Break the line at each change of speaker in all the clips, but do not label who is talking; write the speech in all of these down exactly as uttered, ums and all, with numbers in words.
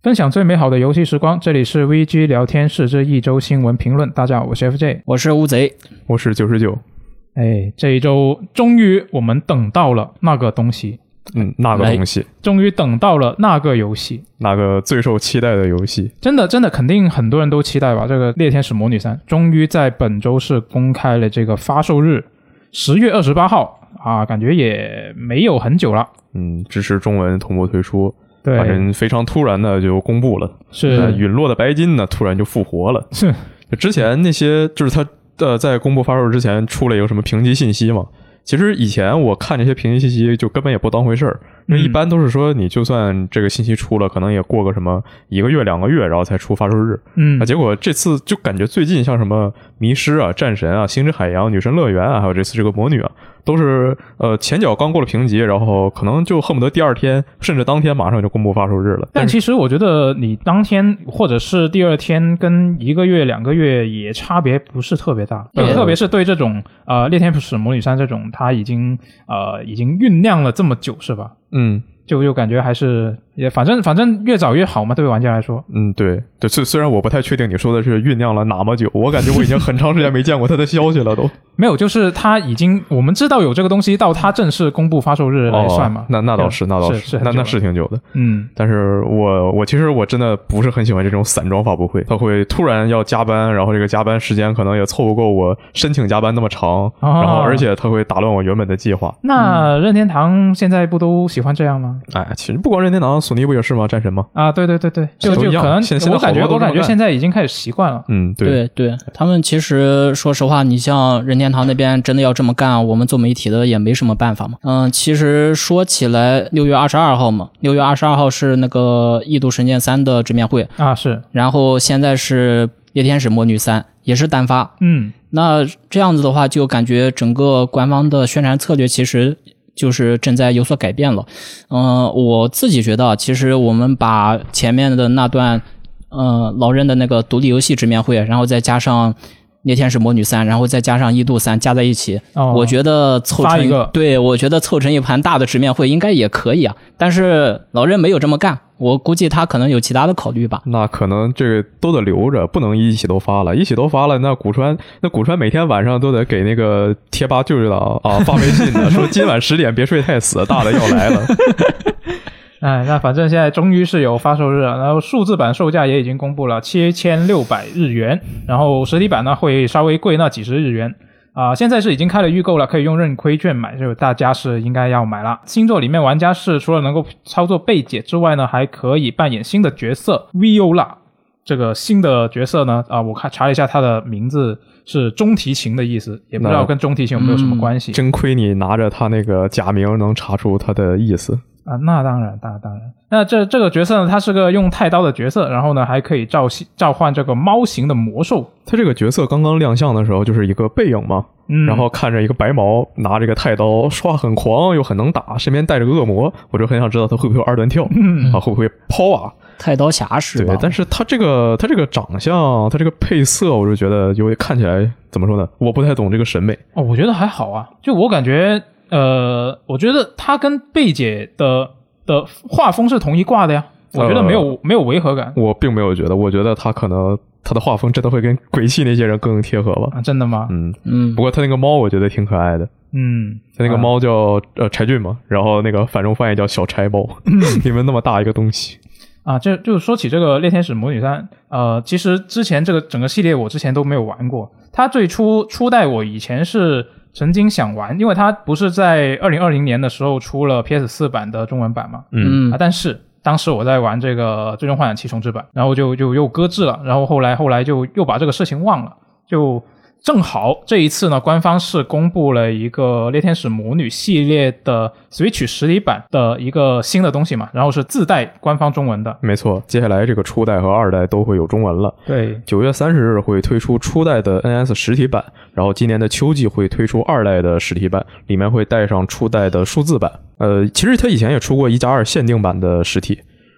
分享最美好的游戏时光，这里是 V G 聊天室之一周新闻评论。大家好，我是 F J，
我是乌贼，
我是九十九。
哎，这一周终于我们等到了那个东西，
嗯，那个东西，
终于等到了那个游戏，
那个最受期待的游戏。
真的，真的，肯定很多人都期待吧。这个《猎天使魔女三》终于在本周是公开了这个发售日，十月二十八号啊，感觉也没有很久了。
嗯，支持中文同步推出。
对，
反正非常突然的就公布了，
是、
呃、陨落的白金呢，突然就复活了。
是，
之前那些就是他呃在公布发售之前出了一个什么评级信息嘛？其实以前我看这些评级信息就根本也不当回事儿，因为一般都是说你就算这个信息出了，可能也过个什么一个月两个月，然后才出发售日。
嗯，
啊，结果这次就感觉最近像什么迷失啊、战神啊、星之海洋、女神乐园啊，还有这次这个魔女啊，都是呃前脚刚过了评级，然后可能就恨不得第二天甚至当天马上就公布发售日了。
但其实我觉得你当天或者是第二天跟一个月两个月也差别不是特别大，
嗯、
特别是对这种呃猎天使魔女三这种它已经呃已经酝酿了这么久是吧？
嗯，
就就感觉还是也反正反正越早越好嘛，对玩家来说。
嗯，对对，虽虽然我不太确定你说的是酝酿了哪么久，我感觉我已经很长时间没见过他的消息了都。
没有，就是他已经我们知道有这个东西，到他正式公布发售日来算嘛。
哦、那那倒是，那倒
是是
那那是挺久的。
嗯，
但是我我其实我真的不是很喜欢这种散装发布会，他会突然要加班，然后这个加班时间可能也凑不够我申请加班那么长，哦、然后而且他会打乱我原本的计划。
那任天堂现在不都喜欢这样吗？
哎，其实不光任天堂，索尼不也是吗？战神吗？
啊，对对对对，就就可能我感觉我感觉现在已经开始习惯了。
嗯，对
对对，他们其实说实话，你像任天堂那边真的要这么干，我们做媒体的也没什么办法嘛。嗯，其实说起来，六月二十二号嘛，六月二十二号是那个《异度神剑三》的直面会
啊，是。
然后现在是《猎天使魔女三》，也是单发。
嗯，
那这样子的话，就感觉整个官方的宣传策略其实就是正在有所改变了。嗯、呃，我自己觉得，其实我们把前面的那段，呃，老任的那个独立游戏直面会，然后再加上猎天使魔女三，然后再加上异度三加在一起，
哦、
我觉得凑成
一个，
对，我觉得凑成一盘大的直面会应该也可以啊。但是老任没有这么干，我估计他可能有其他的考虑吧。
那可能这个都得留着，不能一起都发了，一起都发了，那古川那古川每天晚上都得给那个贴吧舅舅的啊发微信的，说今晚十点别睡太死，大的要来了。
哎，那反正现在终于是有发售日了，然后数字版售价也已经公布了七千六百日元，然后实体版呢会稍微贵那几十日元啊、呃，现在是已经开了预购了，可以用认亏券买，就大家是应该要买了。星座里面玩家是除了能够操作贝姐之外呢，还可以扮演新的角色 Viola。这个新的角色呢啊、呃，我看查了一下他的名字是中提琴的意思，也不知道跟中提琴有没有什么关系。
嗯、真亏你拿着他那个假名能查出他的意思。
啊，那当然，当然，当然。那这这个角色呢，他是个用太刀的角色，然后呢，还可以召召唤这个猫型的魔兽。
他这个角色刚刚亮相的时候，就是一个背影嘛，
嗯，
然后看着一个白毛拿这个太刀，刷很狂又很能打，身边带着个恶魔，我就很想知道他会不会有二段跳，
嗯
啊，会不会抛啊？
太刀侠是吧？
对，但是他这个他这个长相，他这个配色，我就觉得有看起来怎么说呢？我不太懂这个审美。
哦，我觉得还好啊，就我感觉。呃，我觉得他跟贝姐的的画风是同一挂的呀，我觉得没有、呃、没有违和感。
我并没有觉得，我觉得他可能他的画风真的会跟鬼泣那些人更贴合吧。
啊，真的吗？
嗯嗯。不过他那个猫我觉得挺可爱的。
嗯，
他那个猫叫、啊、呃柴俊嘛，然后那个反中翻译叫小柴猫，你们那么大一个东西。
啊，这就说起这个猎天使魔女三，呃，其实之前这个整个系列我之前都没有玩过。它最初初代我以前是曾经想玩，因为它不是在二零二零年的时候出了 P S 四 版的中文版嘛，
嗯
啊，但是当时我在玩这个最终幻想七重置版，然后就就又搁置了，然后后来后来就又把这个事情忘了，就正好这一次呢，官方是公布了一个猎天使魔女系列的 Switch 实体版的一个新的东西嘛，然后是自带官方中文的。
没错，接下来这个初代和二代都会有中文了。
对，
九月三十日会推出初代的 N S 实体版，然后今年的秋季会推出二代的实体版，里面会带上初代的数字版。呃，其实它以前也出过一加二限定版的实体。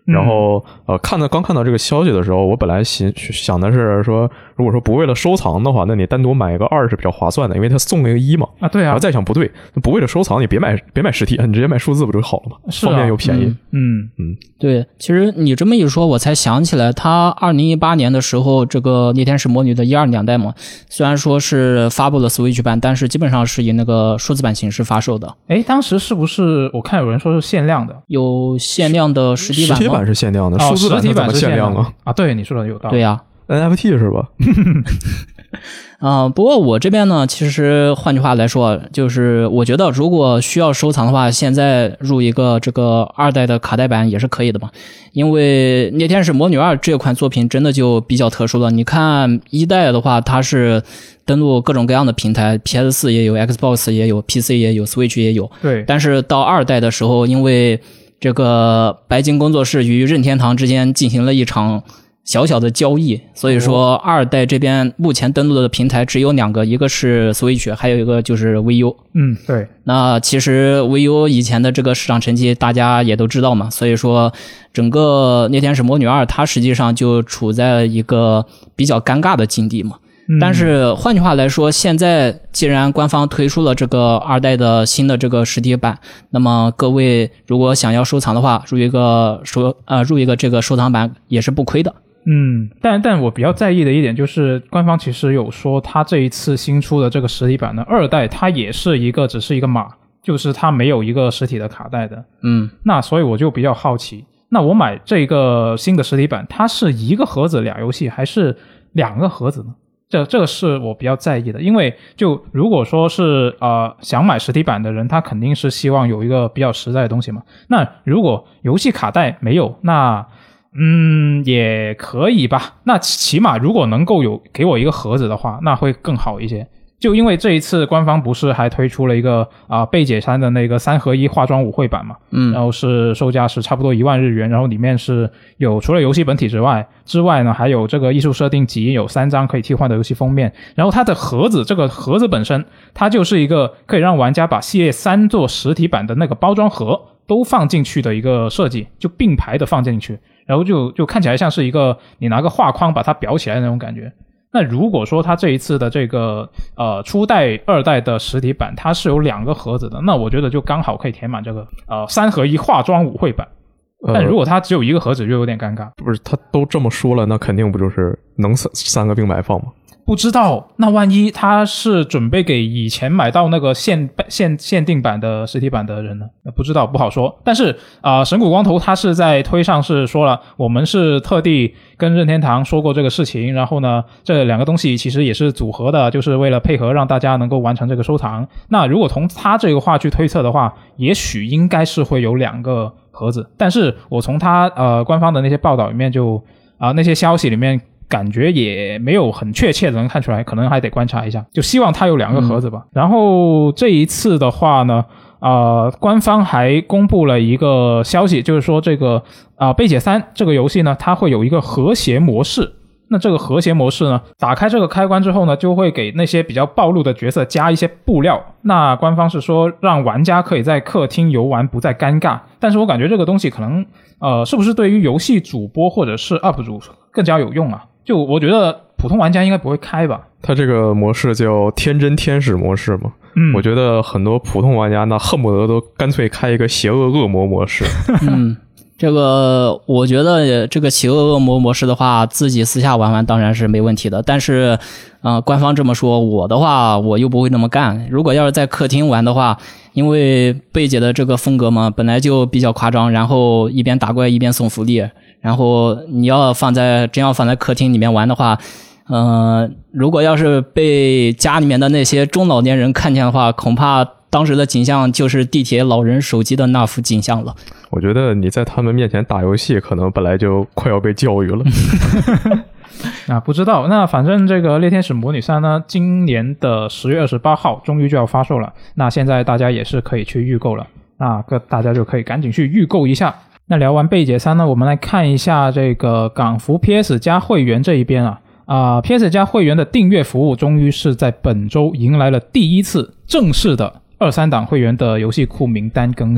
然后呃，看到刚看到这个消息的时候，我本来想想的是说，如果说不为了收藏的话，那你单独买一个二是比较划算的，因为它送那个一嘛。
啊，对啊。
然后再想不对，不为了收藏，你别买别买实体，你直接买数字不就好了吗？
是啊，
方便又便宜。
嗯
嗯，对。其实你这么一说，我才想起来，它二零一八年的时候，这个《猎天使魔女》的一二两代嘛，虽然说是发布了 Switch 版，但是基本上是以那个数字版形式发售的。
哎，当时是不是我看有人说是限量的？
有限量的实体版吗？
实体版是限量的，数字版怎么限量啊？
啊，对，你说的有道理。
对呀、
啊、，N F T 是吧？
啊、呃，不过我这边呢，其实换句话来说，就是我觉得如果需要收藏的话，现在入一个这个二代的卡带版也是可以的嘛。因为《猎天使魔女二》这款作品真的就比较特殊了。你看一代的话，它是登录各种各样的平台 ，P S 四 也有 ，Xbox 也有 ，P C 也有 ，Switch 也有。
对。
但是到二代的时候，因为这个白金工作室与任天堂之间进行了一场小小的交易，所以说二代这边目前登录的平台只有两个，一个是 Switch， 还有一个就是 Wii U。
嗯，对。
那其实 Wii U 以前的这个市场成绩大家也都知道嘛，所以说整个猎天使魔女二它实际上就处在一个比较尴尬的境地嘛。
嗯、
但是换句话来说，现在既然官方推出了这个二代的新的这个实体版，那么各位如果想要收藏的话，入一个收呃入一个这个收藏版也是不亏的。
嗯，但但我比较在意的一点就是，官方其实有说，它这一次新出的这个实体版的二代，它也是一个只是一个码，就是它没有一个实体的卡带的。
嗯，
那所以我就比较好奇，那我买这个新的实体版，它是一个盒子俩游戏，还是两个盒子呢？这这个是我比较在意的，因为就如果说是呃想买实体版的人，他肯定是希望有一个比较实在的东西嘛。那如果游戏卡带没有，那嗯，也可以吧。那起码如果能够有给我一个盒子的话，那会更好一些。就因为这一次官方不是还推出了一个啊贝姐三的那个三合一化妆舞会版嘛，
嗯，
然后是售价是差不多一万日元，然后里面是有除了游戏本体之外之外呢，还有这个艺术设定集，有三张可以替换的游戏封面，然后它的盒子，这个盒子本身它就是一个可以让玩家把系列三做实体版的那个包装盒都放进去的一个设计，就并排的放进去，然后就就看起来像是一个你拿个画框把它裱起来的那种感觉。那如果说它这一次的这个呃初代二代的实体版它是有两个盒子的，那我觉得就刚好可以填满这个呃三合一化妆舞会版。但如果它只有一个盒子就有点尴尬。
不是，他都这么说了，那肯定不就是能三三个并排放吗？
不知道，那万一他是准备给以前买到那个限限限定版的实体版的人呢？不知道，不好说。但是啊、呃，神谷光头他是在推上是说了，我们是特地跟任天堂说过这个事情，然后呢，这两个东西其实也是组合的，就是为了配合让大家能够完成这个收藏。那如果从他这个话去推测的话，也许应该是会有两个盒子，但是我从他呃官方的那些报道里面就啊、呃、那些消息里面。感觉也没有很确切的能看出来，可能还得观察一下，就希望它有两个盒子吧、嗯、然后这一次的话呢呃，官方还公布了一个消息，就是说这个啊、呃、贝姐三这个游戏呢它会有一个和谐模式。那这个和谐模式呢，打开这个开关之后呢，就会给那些比较暴露的角色加一些布料。那官方是说让玩家可以在客厅游玩不再尴尬，但是我感觉这个东西可能呃，是不是对于游戏主播或者是 U P 主更加有用啊？就我觉得普通玩家应该不会开吧。
它这个模式叫天真天使模式嘛，嗯，我觉得很多普通玩家那恨不得都干脆开一个邪恶恶魔模式。
嗯，这个我觉得这个邪恶恶魔模式的话，自己私下玩玩当然是没问题的，但是呃，官方这么说，我的话我又不会那么干。如果要是在客厅玩的话，因为贝姐的这个风格嘛，本来就比较夸张，然后一边打怪一边送福利，然后你要放在真要放在客厅里面玩的话，呃，如果要是被家里面的那些中老年人看见的话，恐怕当时的景象就是地铁老人手机的那幅景象了。
我觉得你在他们面前打游戏可能本来就快要被教育了。
啊，不知道。那反正这个猎天使魔女三呢，今年的十月二十八号终于就要发售了，那现在大家也是可以去预购了，那个大家就可以赶紧去预购一下。那聊完贝姐三呢，我们来看一下这个港服 P S 加会员这一边啊。啊、呃、P S 加会员的订阅服务终于是在本周迎来了第一次正式的二三档会员的游戏库名单更新。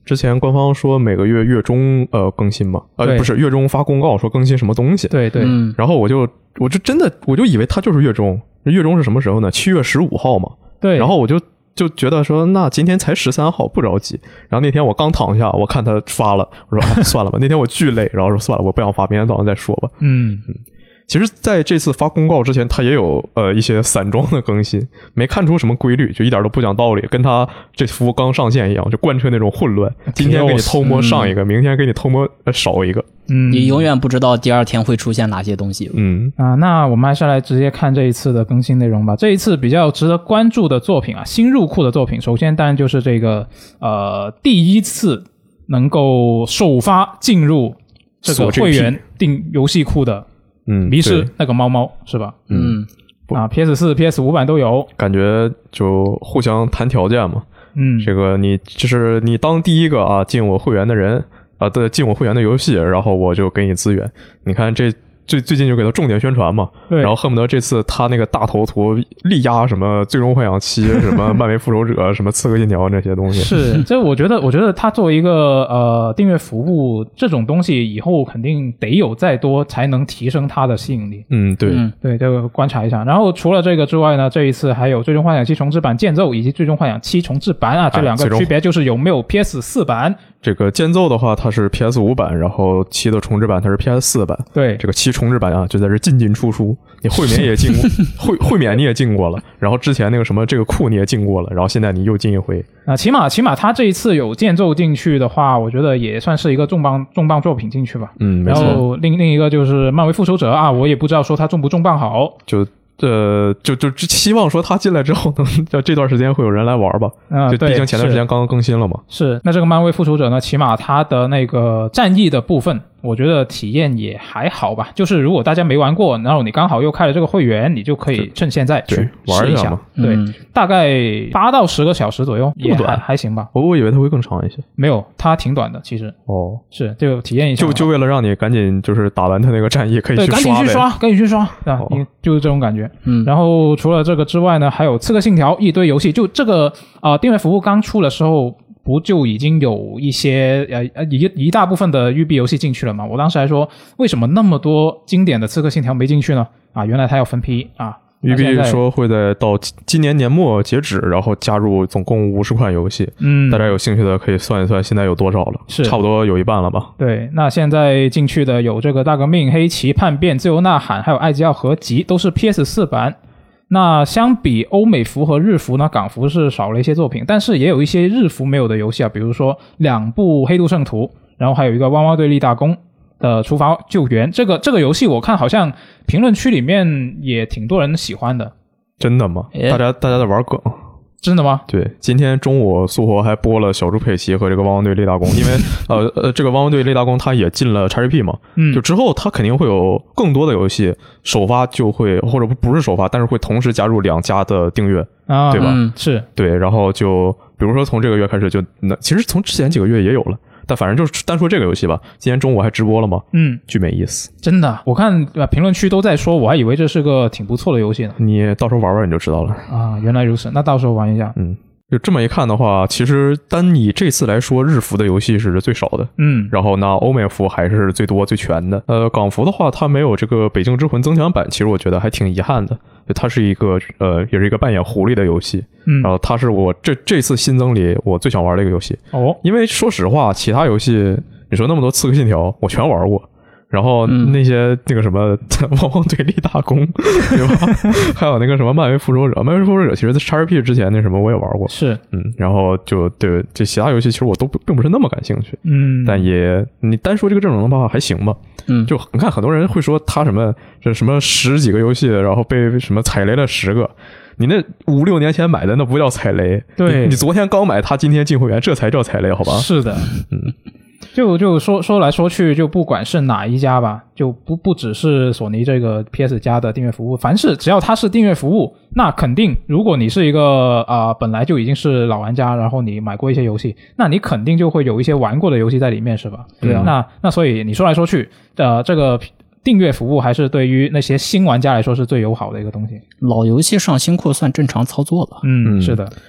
之前官方说每个月月中呃更新嘛，呃不是月中发公告说更新什么东西。
对对、
嗯，
然后我就我就真的我就以为它就是月中，月中是什么时候呢？七月十五号嘛。
对，
然后我就就觉得说，那今天才十三号，不着急。然后那天我刚躺下，我看他发了，我说、哎、算了吧。那天我巨累，然后说算了，我不想发，明天早上再说吧。
嗯
嗯。其实在这次发公告之前，它也有呃一些散装的更新，没看出什么规律，就一点都不讲道理，跟它这服务刚上线一样，就贯彻那种混乱。今天给你偷摸上一个，嗯、明天给你偷摸少一个，
嗯，你永远不知道第二天会出现哪些东西。
嗯
啊，那我们还是来直接看这一次的更新内容吧。这一次比较值得关注的作品啊，新入库的作品，首先当然就是这个呃第一次能够首发进入这个会员订游戏库的。
嗯，
迷失那个猫猫是吧？
嗯，
啊 ，P S 四、P S 五 版都有，
感觉就互相谈条件嘛。
嗯，
这个你就是你当第一个啊进我会员的人啊，对，进我会员的游戏，然后我就给你资源。你看这最最近就给他重点宣传嘛，
对，
然后恨不得这次他那个大头图力压什么最终幻想七、什么漫威复仇者、什么刺客信条这些东西。
是，这我觉得，我觉得他作为一个呃订阅服务这种东西，以后肯定得有再多才能提升它的吸引力。
嗯，对，
嗯
对，这个观察一下。然后除了这个之外呢，这一次还有最终幻想七重置版剑奏以及最终幻想七重置版啊，这两个区别就是有没有 P S 四 版。
这个剑奏的话，它是 P S 五 版，然后七的重置版它是 P S 四 版。
对，
这个七重置版啊，就在这进进出出，你会免也进过，会会免你也进过了，然后之前那个什么这个库你也进过了，然后现在你又进一回。
啊，起码起码他这一次有剑奏进去的话，我觉得也算是一个重磅重磅作品进去吧。
嗯，没错。
然后另另一个就是漫威复仇者啊，我也不知道说他重不重磅好。
就。呃，就就希望说他进来之后能，这段时间会有人来玩吧。
啊，
就毕竟前段时间刚刚更新了嘛。
是，那这个漫威复仇者呢，起码它的那个战役的部分，我觉得体验也还好吧。就是如果大家没玩过，然后你刚好又开了这个会员，你就可以趁现在去试一下嘛。对，
嗯、
大概八到十个小时左右，也还还行吧。
我我以为它会更长一些。
没有，它挺短的，其实。
哦，
是就体验一下，
就就为了让你赶紧就是打完它那个战役，可以去刷呗。
对，赶紧去刷，赶紧去刷啊！
哦、
你就是这种感觉。
嗯，
然后除了这个之外呢，还有刺客信条一堆游戏，就这个呃订阅服务刚出的时候。不就已经有一些呃呃一一大部分的育碧游戏进去了吗？我当时还说，为什么那么多经典的刺客信条没进去呢？啊，原来它要分批啊。
育碧说会在到今年年末截止，然后加入总共五十款游戏。
嗯，
大家有兴趣的可以算一算，现在有多少了？
是
差不多有一半了吧？
对，那现在进去的有这个大革命、黑旗、叛变、自由呐喊，还有艾吉奥合集，都是 P S 四 版。那相比欧美服和日服呢，港服是少了一些作品，但是也有一些日服没有的游戏啊，比如说两部黑度圣徒，然后还有一个汪汪队立大功的出发救援，这个这个游戏我看好像评论区里面也挺多人喜欢的。
真的吗？大家大家在玩梗。
真的吗？
对，今天中午速活还播了小猪佩奇和这个汪汪队立大功，因为呃呃，这个汪汪队立大功它也进了 X G P 嘛，
嗯，
就之后它肯定会有更多的游戏首发就会或者不是首发，但是会同时加入两家的订阅
啊，
对吧？
嗯，是
对，然后就比如说从这个月开始就那其实从之前几个月也有了。但反正就是单说这个游戏吧，今天中午还直播了吗？
嗯，
巨没意思，
真的。我看评论区都在说，我还以为这是个挺不错的游戏呢。
你到时候玩玩你就知道了
啊，原来如此，那到时候玩一下。
嗯，就这么一看的话，其实单以这次来说，日服的游戏是最少的，
嗯，
然后呢，欧美服还是最多最全的。呃，港服的话，它没有这个《北境之魂》增强版，其实我觉得还挺遗憾的。它是一个呃，也是一个扮演狐狸的游戏，
嗯，
然后它是我这这次新增里我最想玩的一个游戏
哦。因
为说实话，其他游戏你说那么多刺客信条，我全玩过。然后那些那个什么汪汪队立大功，对吧？还有那个什么漫威复仇者，漫威复仇者其实在 X G P 之前那什么我也玩过，
是
嗯，然后就对这其他游戏其实我都并不是那么感兴趣，
嗯，
但也你单说这个阵容的话还行吧，
嗯，
就你看很多人会说他什么这什么十几个游戏，然后被什么踩雷了十个。你那五六年前买的那不叫踩雷，
对，
你, 你昨天刚买，他今天进会员，这才叫踩雷，好吧？
是的，
嗯。
就就说说来说去，就不管是哪一家吧，就不不只是索尼这个 P S 加的订阅服务，凡是只要它是订阅服务，那肯定如果你是一个啊、呃、本来就已经是老玩家，然后你买过一些游戏，那你肯定就会有一些玩过的游戏在里面，是吧？
对啊。
那那所以你说来说去，呃，这个订阅服务还是对于那些新玩家来说是最友好的一个东西。
老游戏上新库算正常操作了。
嗯，是的。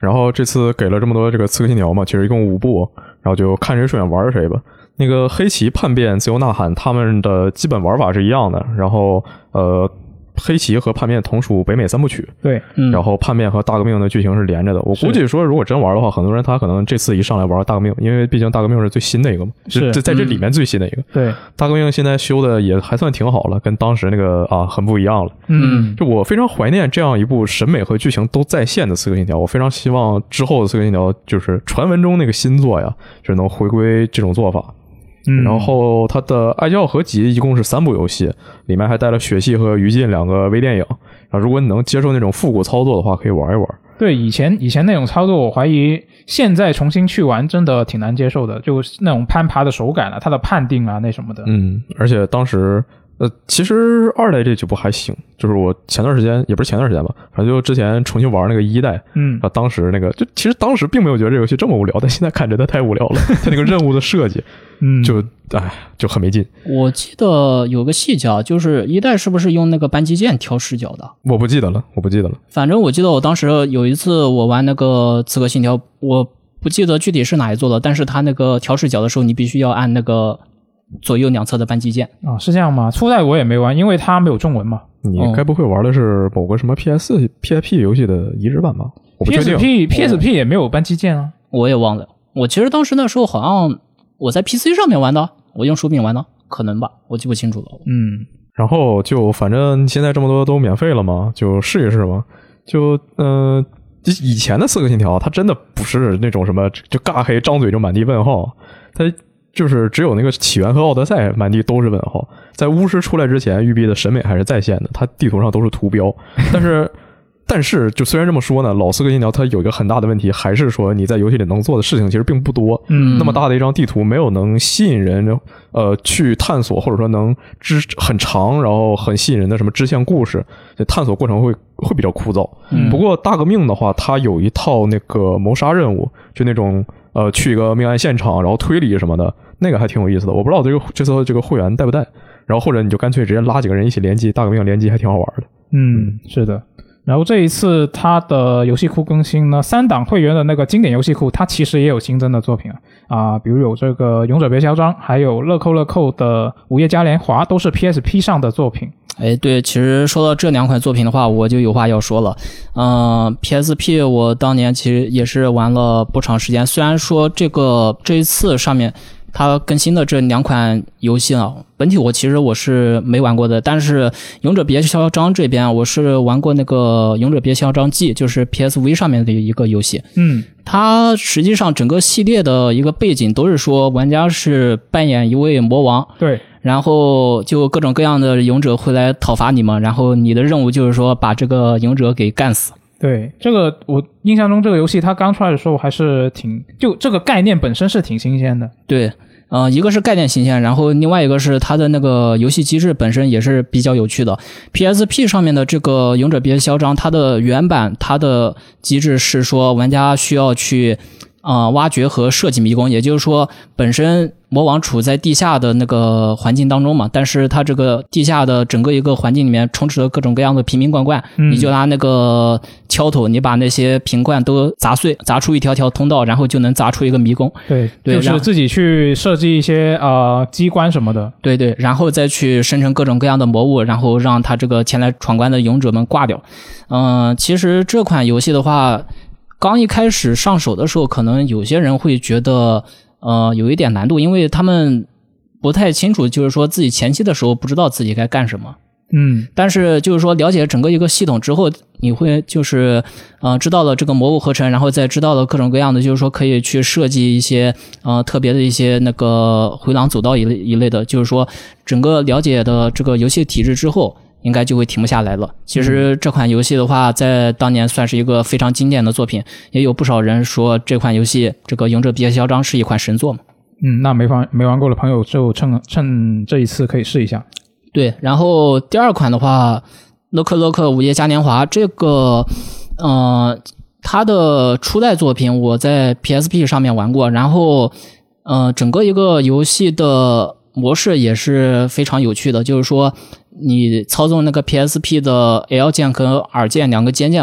然后这次给了这么多这个刺客信条嘛，其实一共五部，然后就看谁顺眼玩谁吧。那个黑旗、叛变、自由呐喊，他们的基本玩法是一样的。然后呃，黑旗和叛变同属北美三部曲，
对，
嗯、
然后叛变和大革命的剧情是连着的。我估计说，如果真玩的话，很多人他可能这次一上来玩大革命，因为毕竟大革命是最新的一个嘛，
是
在在这里面最新的一个。
嗯、对，
大革命现在修的也还算挺好了，跟当时那个啊很不一样了。
嗯，
就我非常怀念这样一部审美和剧情都在线的刺客信条，我非常希望之后的刺客信条就是传闻中那个新作呀，就是能回归这种做法。
嗯，
然后它的爱教合集一共是三部游戏，里面还带了血系和余烬两个微电影。然后如果你能接受那种复古操作的话，可以玩一玩。
对，以前以前那种操作，我怀疑现在重新去玩真的挺难接受的，就是那种攀爬的手感啊，它的判定啊，那什么的。
嗯，而且当时。呃，其实二代这几部还行，就是我前段时间也不是前段时间吧，反正就之前重新玩那个一代，
嗯，
啊，当时那个就其实当时并没有觉得这游戏这么无聊，但现在看着它太无聊了，它那个任务的设计，
嗯，
就哎就很没劲。
我记得有个细节啊，就是一代是不是用那个扳机键调视角的？
我不记得了，我不记得了。
反正我记得我当时有一次我玩那个刺客信条，我不记得具体是哪一座了，但是它那个调视角的时候，你必须要按那个左右两侧的扳机键
啊，是这样吗？初代我也没玩，因为它没有中文嘛。
你该不会玩的是某个什么 P S、P S P 游戏的移植版吧？我不确定。
P S P P S P 也没有扳机键啊，
我也忘了。我其实当时那时候好像我在 P C 上面玩的，我用手柄玩的，可能吧，我记不清楚了。
嗯，
然后就反正现在这么多都免费了嘛，就试一试嘛。就嗯、呃，以前的刺客信条它真的不是那种什么就尬黑张嘴就满地问号，它。就是只有那个起源和奥德赛满地都是问号，在巫师出来之前，育碧的审美还是在线的，它地图上都是图标。但是，但是就虽然这么说呢，老刺客信条它有一个很大的问题，还是说你在游戏里能做的事情其实并不多。
嗯，
那么大的一张地图没有能吸引人呃去探索，或者说能支很长然后很吸引人的什么支线故事，探索过程会会比较枯燥。
嗯，
不过大革命的话，它有一套那个谋杀任务，就那种。呃，去一个命案现场，然后推理什么的，那个还挺有意思的。我不知道这个这次这个会员带不带，然后或者你就干脆直接拉几个人一起联机，大革命联机还挺好玩的。
嗯，是的。然后这一次它的游戏库更新呢，三档会员的那个经典游戏库，它其实也有新增的作品啊，啊、呃，比如有这个《勇者别嚣张》，还有乐扣乐扣的《午夜嘉年华》，都是 P S P 上的作品。
哎，对，其实说到这两款作品的话，我就有话要说了。嗯、呃、，P S P 我当年其实也是玩了不长时间，虽然说这个这一次上面它更新的这两款游戏啊，本体我其实我是没玩过的，但是《勇者别嚣张》这边我是玩过那个《勇者别嚣张记》，就是 P S V 上面的一个游戏。
嗯，
它实际上整个系列的一个背景都是说玩家是扮演一位魔王。
对。
然后就各种各样的勇者会来讨伐你嘛，然后你的任务就是说把这个勇者给干死。
对，这个我印象中这个游戏它刚出来的时候还是挺，就这个概念本身是挺新鲜的。
对，呃，一个是概念新鲜，然后另外一个是它的那个游戏机制本身也是比较有趣的。P S P 上面的这个勇者别嚣张，它的原版它的机制是说玩家需要去啊、呃、挖掘和设计迷宫，也就是说本身魔王处在地下的那个环境当中嘛，但是它这个地下的整个一个环境里面充斥着各种各样的瓶瓶罐罐、嗯、你就拿那个锹头，你把那些瓶罐都砸碎，砸出一条条通道，然后就能砸出一个迷宫。
对，
对，
就是自己去设计一些呃机关什么的。
对对，然后再去生成各种各样的魔物，然后让他这个前来闯关的勇者们挂掉。嗯、呃，其实这款游戏的话，刚一开始上手的时候，可能有些人会觉得呃有一点难度，因为他们不太清楚，就是说自己前期的时候不知道自己该干什么。
嗯，
但是就是说了解整个一个系统之后，你会就是呃知道了这个魔物合成，然后再知道了各种各样的，就是说可以去设计一些呃特别的一些那个回廊走道一类一类的，就是说整个了解的这个游戏体制之后，应该就会停不下来了。其实这款游戏的话，在当年算是一个非常经典的作品，也有不少人说这款游戏这个《勇者别嚣张》是一款神作嘛。
嗯，那没玩没玩过的朋友就趁趁这一次可以试一下。
对，然后第二款的话，乐克乐克午夜嘉年华这个，呃，它的初代作品我在 P S P 上面玩过，然后呃，整个一个游戏的模式也是非常有趣的，就是说你操纵那个 P S P 的 L 键和 R 键两个尖键嘛，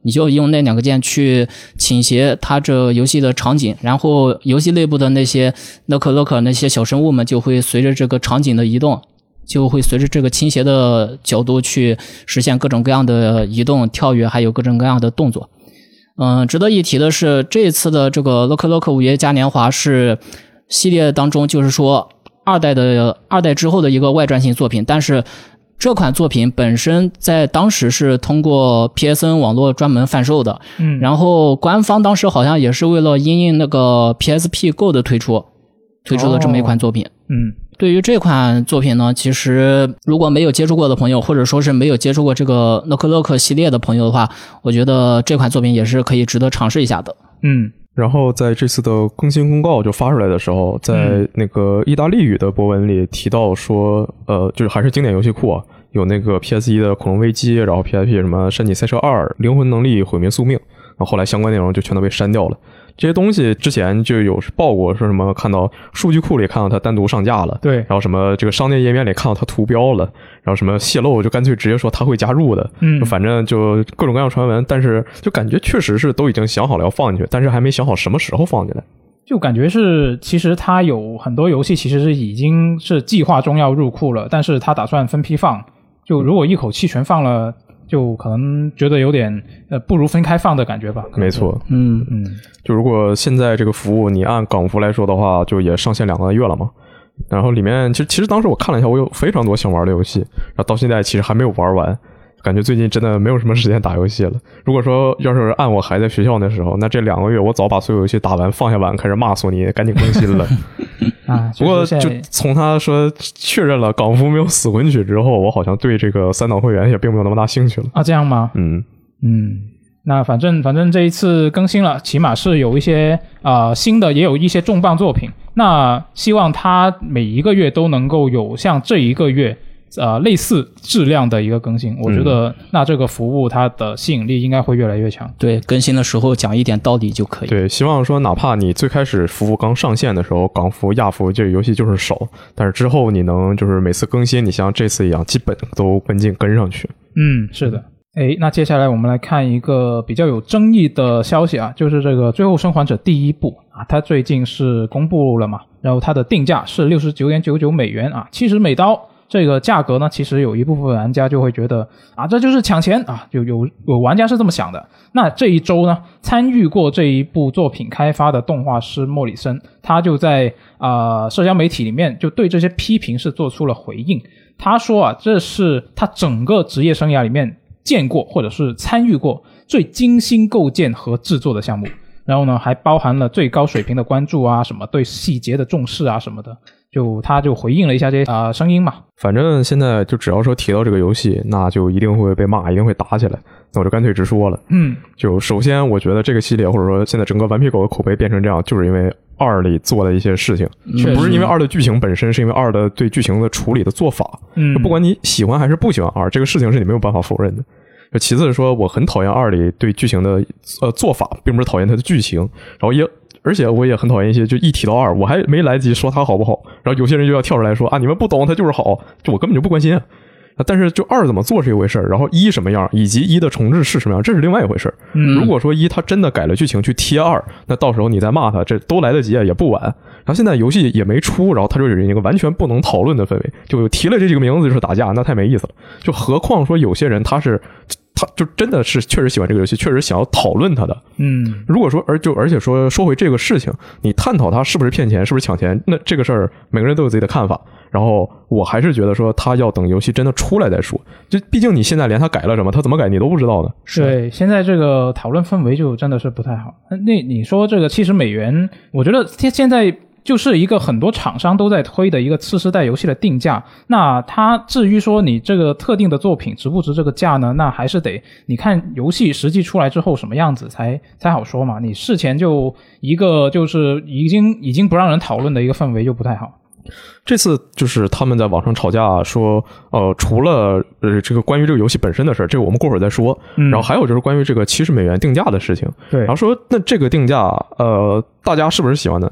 你就用那两个键去倾斜它这游戏的场景，然后游戏内部的那些乐可乐可那些小生物们就会随着这个场景的移动，就会随着这个倾斜的角度去实现各种各样的移动、跳跃，还有各种各样的动作。嗯，值得一提的是，这一次的这个乐可乐可午夜嘉年华是系列当中就是说二代的二代之后的一个外传性作品，但是这款作品本身在当时是通过 P S N 网络专门贩售的，
嗯，
然后官方当时好像也是为了因应那个 P S P Go 的推出，推出了这么一款作品。
哦、嗯，
对于这款作品呢，其实如果没有接触过的朋友，或者说是没有接触过这个乐可乐可系列的朋友的话，我觉得这款作品也是可以值得尝试一下的。
嗯。
然后在这次的更新公告就发出来的时候，在那个意大利语的博文里提到说，呃，就是还是经典游戏库啊，有那个 P S 一 的恐龙危机，然后 P S P 什么山脊赛车二、灵魂能力毁灭宿命，然后后来相关内容就全都被删掉了。这些东西之前就有报过，说什么看到数据库里看到它单独上架了，
对，
然后什么这个商店页面里看到它图标了，然后什么泄露就干脆直接说它会加入的，
嗯，
就反正就各种各样传闻，但是就感觉确实是都已经想好了要放进去，但是还没想好什么时候放进来。
就感觉是，其实它有很多游戏其实是已经是计划中要入库了，但是它打算分批放，就如果一口气全放了，就可能觉得有点呃不如分开放的感觉吧。
没错，
嗯
嗯，
就如果现在这个服务你按港服来说的话，就也上线两个月了嘛。然后里面其实其实当时我看了一下，我有非常多想玩的游戏，然后到现在其实还没有玩完。感觉最近真的没有什么时间打游戏了。如果说要是按我还在学校那时候，那这两个月我早把所有游戏打完放下碗，开始骂索尼赶紧更新了。
啊，
不过就从他说确认了港服没有死魂曲之后，我好像对这个三岛会员也并没有那么大兴趣了。
啊，这样吗？
嗯
嗯，那反正反正这一次更新了，起码是有一些啊、呃、新的，也有一些重磅作品。那希望它每一个月都能够有像这一个月。呃，类似质量的一个更新，我觉得那这个服务它的吸引力应该会越来越强。
对，更新的时候讲一点道理就可以。
对，希望说哪怕你最开始服务刚上线的时候，港服、亚服这个游戏就是少，但是之后你能就是每次更新，你像这次一样，基本都跟进跟上去。
嗯，是的。诶，那接下来我们来看一个比较有争议的消息啊，就是这个《最后生还者》第一部啊，它最近是公布了嘛，然后它的定价是 六十九点九九美元啊，七十美刀。这个价格呢，其实有一部分玩家就会觉得啊，这就是抢钱啊，就有有玩家是这么想的。那这一周呢，参与过这一部作品开发的动画师莫里森，他就在啊、呃、社交媒体里面就对这些批评是做出了回应。他说啊，这是他整个职业生涯里面见过或者是参与过最精心构建和制作的项目。然后呢，还包含了最高水平的关注啊，什么对细节的重视啊什么的。就他就回应了一下这些啊、呃、声音嘛。
反正现在就只要说提到这个游戏，那就一定会被骂，一定会打起来。那我就干脆直说了。
嗯，
就首先我觉得这个系列或者说现在整个顽皮狗的口碑变成这样，就是因为二里做了一些事情，不是因为二的剧情本身，是因为二的对剧情的处理的做法。
嗯，
不管你喜欢还是不喜欢二，这个事情是你没有办法否认的。其次是说，我很讨厌二里对剧情的呃做法，并不是讨厌它的剧情，然后也而且我也很讨厌一些就一提到二，我还没来得及说它好不好，然后有些人就要跳出来说啊，你们不懂它就是好，就我根本就不关心啊。但是就二怎么做是一回事，然后一什么样，以及一的重置是什么样，这是另外一回事。
嗯，
如果说一它真的改了剧情去贴二，那到时候你再骂它，这都来得及啊，也不晚。然后现在游戏也没出，然后它就有一个完全不能讨论的氛围，就提了这几个名字就是打架，那太没意思了。就何况说有些人他是他就真的是确实喜欢这个游戏，确实想要讨论它的。
嗯，
如果说而就而且说说回这个事情，你探讨它是不是骗钱，是不是抢钱，那这个事儿每个人都有自己的看法。然后我还是觉得说他要等游戏真的出来再说，就毕竟你现在连他改了什么，他怎么改你都不知道呢。
对，现在这个讨论氛围就真的是不太好。那你说这个七十美元，我觉得现在就是一个很多厂商都在推的一个次世代游戏的定价。那它至于说你这个特定的作品值不值这个价呢？那还是得你看游戏实际出来之后什么样子才才好说嘛。你事前就一个就是已经已经不让人讨论的一个氛围就不太好。
这次就是他们在网上吵架说，呃，除了呃这个关于这个游戏本身的事，这个我们过会儿再说。
嗯，
然后还有就是关于这个七十美元定价的事情。
对，
然后说那这个定价，呃，大家是不是喜欢的？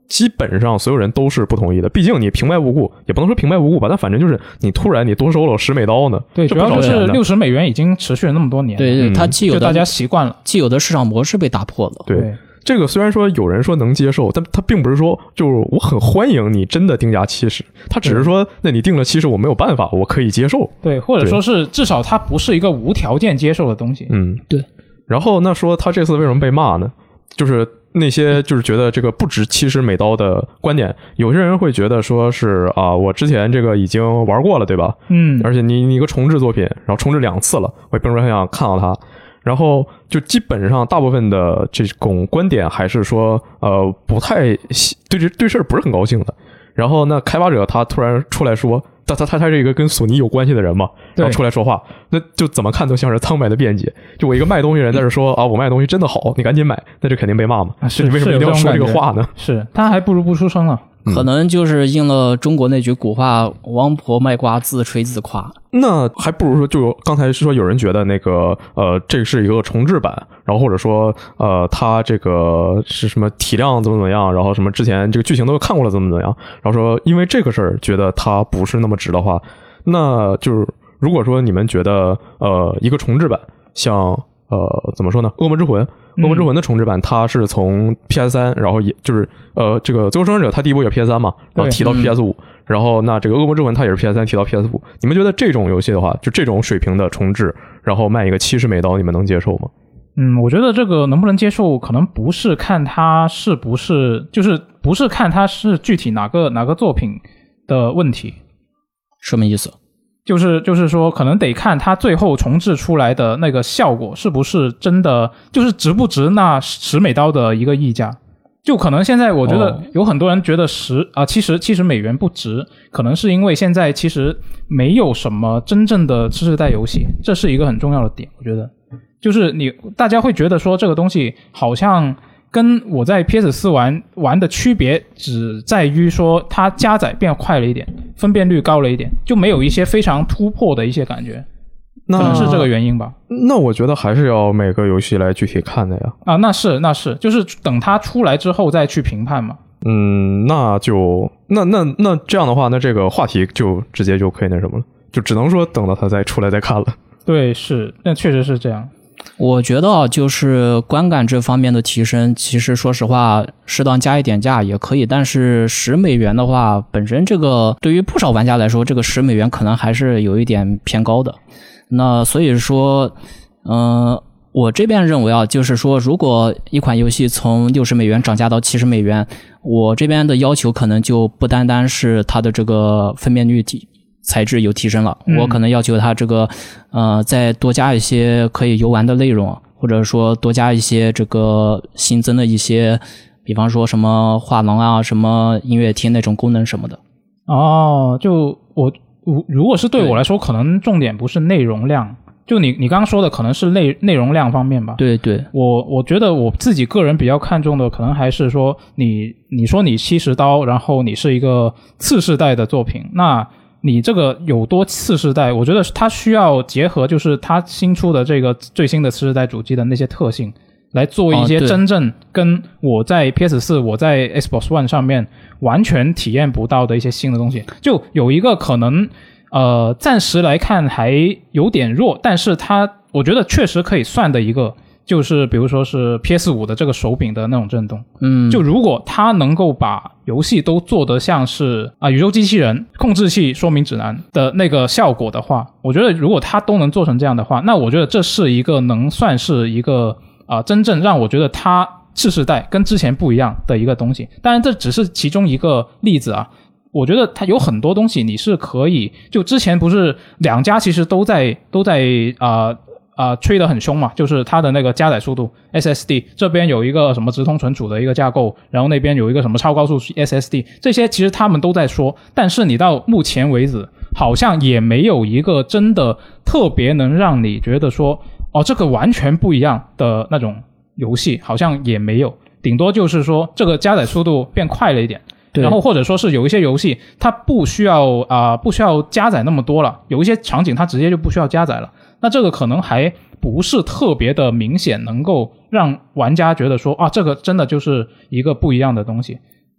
基本上所有人都是不同意的。毕竟你平白无故，也不能说平白无故吧，但反正就是你突然你多收了十美刀呢，
对，主要就是六十美元已经持续了那么多年，
对对，它既有的
就大家习惯了，
既有的市场模式被打破了，
对。对这个虽然说有人说能接受，但他并不是说就是我很欢迎你真的定价七十，他只是说那你定了七十我没有办法，我可以接受。
对，或者说是至少它不是一个无条件接受的东西。
嗯，
对。
然后那说他这次为什么被骂呢？就是那些就是觉得这个不值七十美刀的观点，有些人会觉得说是啊，我之前这个已经玩过了，对吧？
嗯，
而且你你一个重置作品，然后重置两次了，我也并不是很想看到它。然后就基本上大部分的这种观点还是说，呃，不太对这对事儿不是很高兴的。然后那开发者他突然出来说，他他他他是一个跟索尼有关系的人嘛，然后出来说话，那就怎么看都像是苍白的辩解。就我一个卖东西人在这说啊，我卖的东西真的好，你赶紧买，那这肯定被骂嘛。
是
你为什么一定要说这个话呢？
是他还不如不出声了。
可能就是应了中国那句古话，王婆卖瓜自吹自夸。
那还不如说，就刚才是说有人觉得那个呃，这是一个重制版，然后或者说呃，它这个是什么体量怎么怎么样，然后什么之前这个剧情都看过了怎么怎么样，然后说因为这个事儿觉得它不是那么值的话，那就是如果说你们觉得呃一个重制版像呃怎么说呢，恶魔之魂。恶魔之魂的重置版，它是从 P S 三，然后也就是呃，这个最后生还者它第一波也 P S 三嘛，然后提到 P S 五，然后那这个恶魔之魂它也是 P S 三提到 P S 五。你们觉得这种游戏的话，就这种水平的重置，然后卖一个七十美刀，你们能接受吗？
嗯，我觉得这个能不能接受，可能不是看它是不是，就是不是看它是具体哪个哪个作品的问题。
什么意思？
就是就是说，可能得看它最后重置出来的那个效果是不是真的，就是值不值那十美刀的一个溢价。就可能现在我觉得有很多人觉得十啊七十七十美元不值，可能是因为现在其实没有什么真正的次世代游戏，这是一个很重要的点。我觉得就是你大家会觉得说这个东西好像跟我在 P S 四 玩玩的区别只在于说它加载变快了一点，分辨率高了一点，就没有一些非常突破的一些感觉，可能是这个原因吧。
那我觉得还是要每个游戏来具体看的呀。
啊，那是那是，就是等它出来之后再去评判嘛。
嗯，那就那那那这样的话，那这个话题就直接就可以那什么了，就只能说等到它再出来再看了。
对，是，那确实是这样。
我觉得就是观感这方面的提升，其实说实话适当加一点价也可以，但是十美元的话，本身这个对于不少玩家来说，这个十美元可能还是有一点偏高的。那所以说嗯、呃，我这边认为啊，就是说如果一款游戏从六十美元涨价到七十美元，我这边的要求可能就不单单是它的这个分辨率提材质有提升了，我可能要求它这个呃再多加一些可以游玩的内容，或者说多加一些这个新增的一些，比方说什么画廊啊、什么音乐厅那种功能什么的。
哦，就我如果是对我来说，可能重点不是内容量，就你你刚刚说的可能是内内容量方面吧。
对对，
我我觉得我自己个人比较看重的，可能还是说你你说你七十刀，然后你是一个次世代的作品，那你这个有多次世代，我觉得它需要结合就是它新出的这个最新的次世代主机的那些特性，来做一些真正跟我在 P S 四、我在 Xbox One 上面完全体验不到的一些新的东西。就有一个可能呃暂时来看还有点弱，但是它我觉得确实可以算的一个，就是比如说是 P S 五 的这个手柄的那种震动。
嗯，
就如果它能够把游戏都做得像是啊宇宙机器人控制器说明指南的那个效果的话，我觉得如果它都能做成这样的话，那我觉得这是一个能算是一个啊、呃、真正让我觉得它次世代跟之前不一样的一个东西。当然这只是其中一个例子啊，我觉得它有很多东西你是可以，就之前不是两家其实都在都在啊。呃啊、呃，吹得很凶嘛，就是它的那个加载速度 S S D 这边有一个什么直通存储的一个架构，然后那边有一个什么超高速 S S D， 这些其实他们都在说，但是你到目前为止好像也没有一个真的特别能让你觉得说哦这个完全不一样的那种游戏，好像也没有，顶多就是说这个加载速度变快了一点，然后或者说是有一些游戏它不需要啊、呃、不需要加载那么多了，有一些场景它直接就不需要加载了，那这个可能还不是特别的明显能够让玩家觉得说啊这个真的就是一个不一样的东西。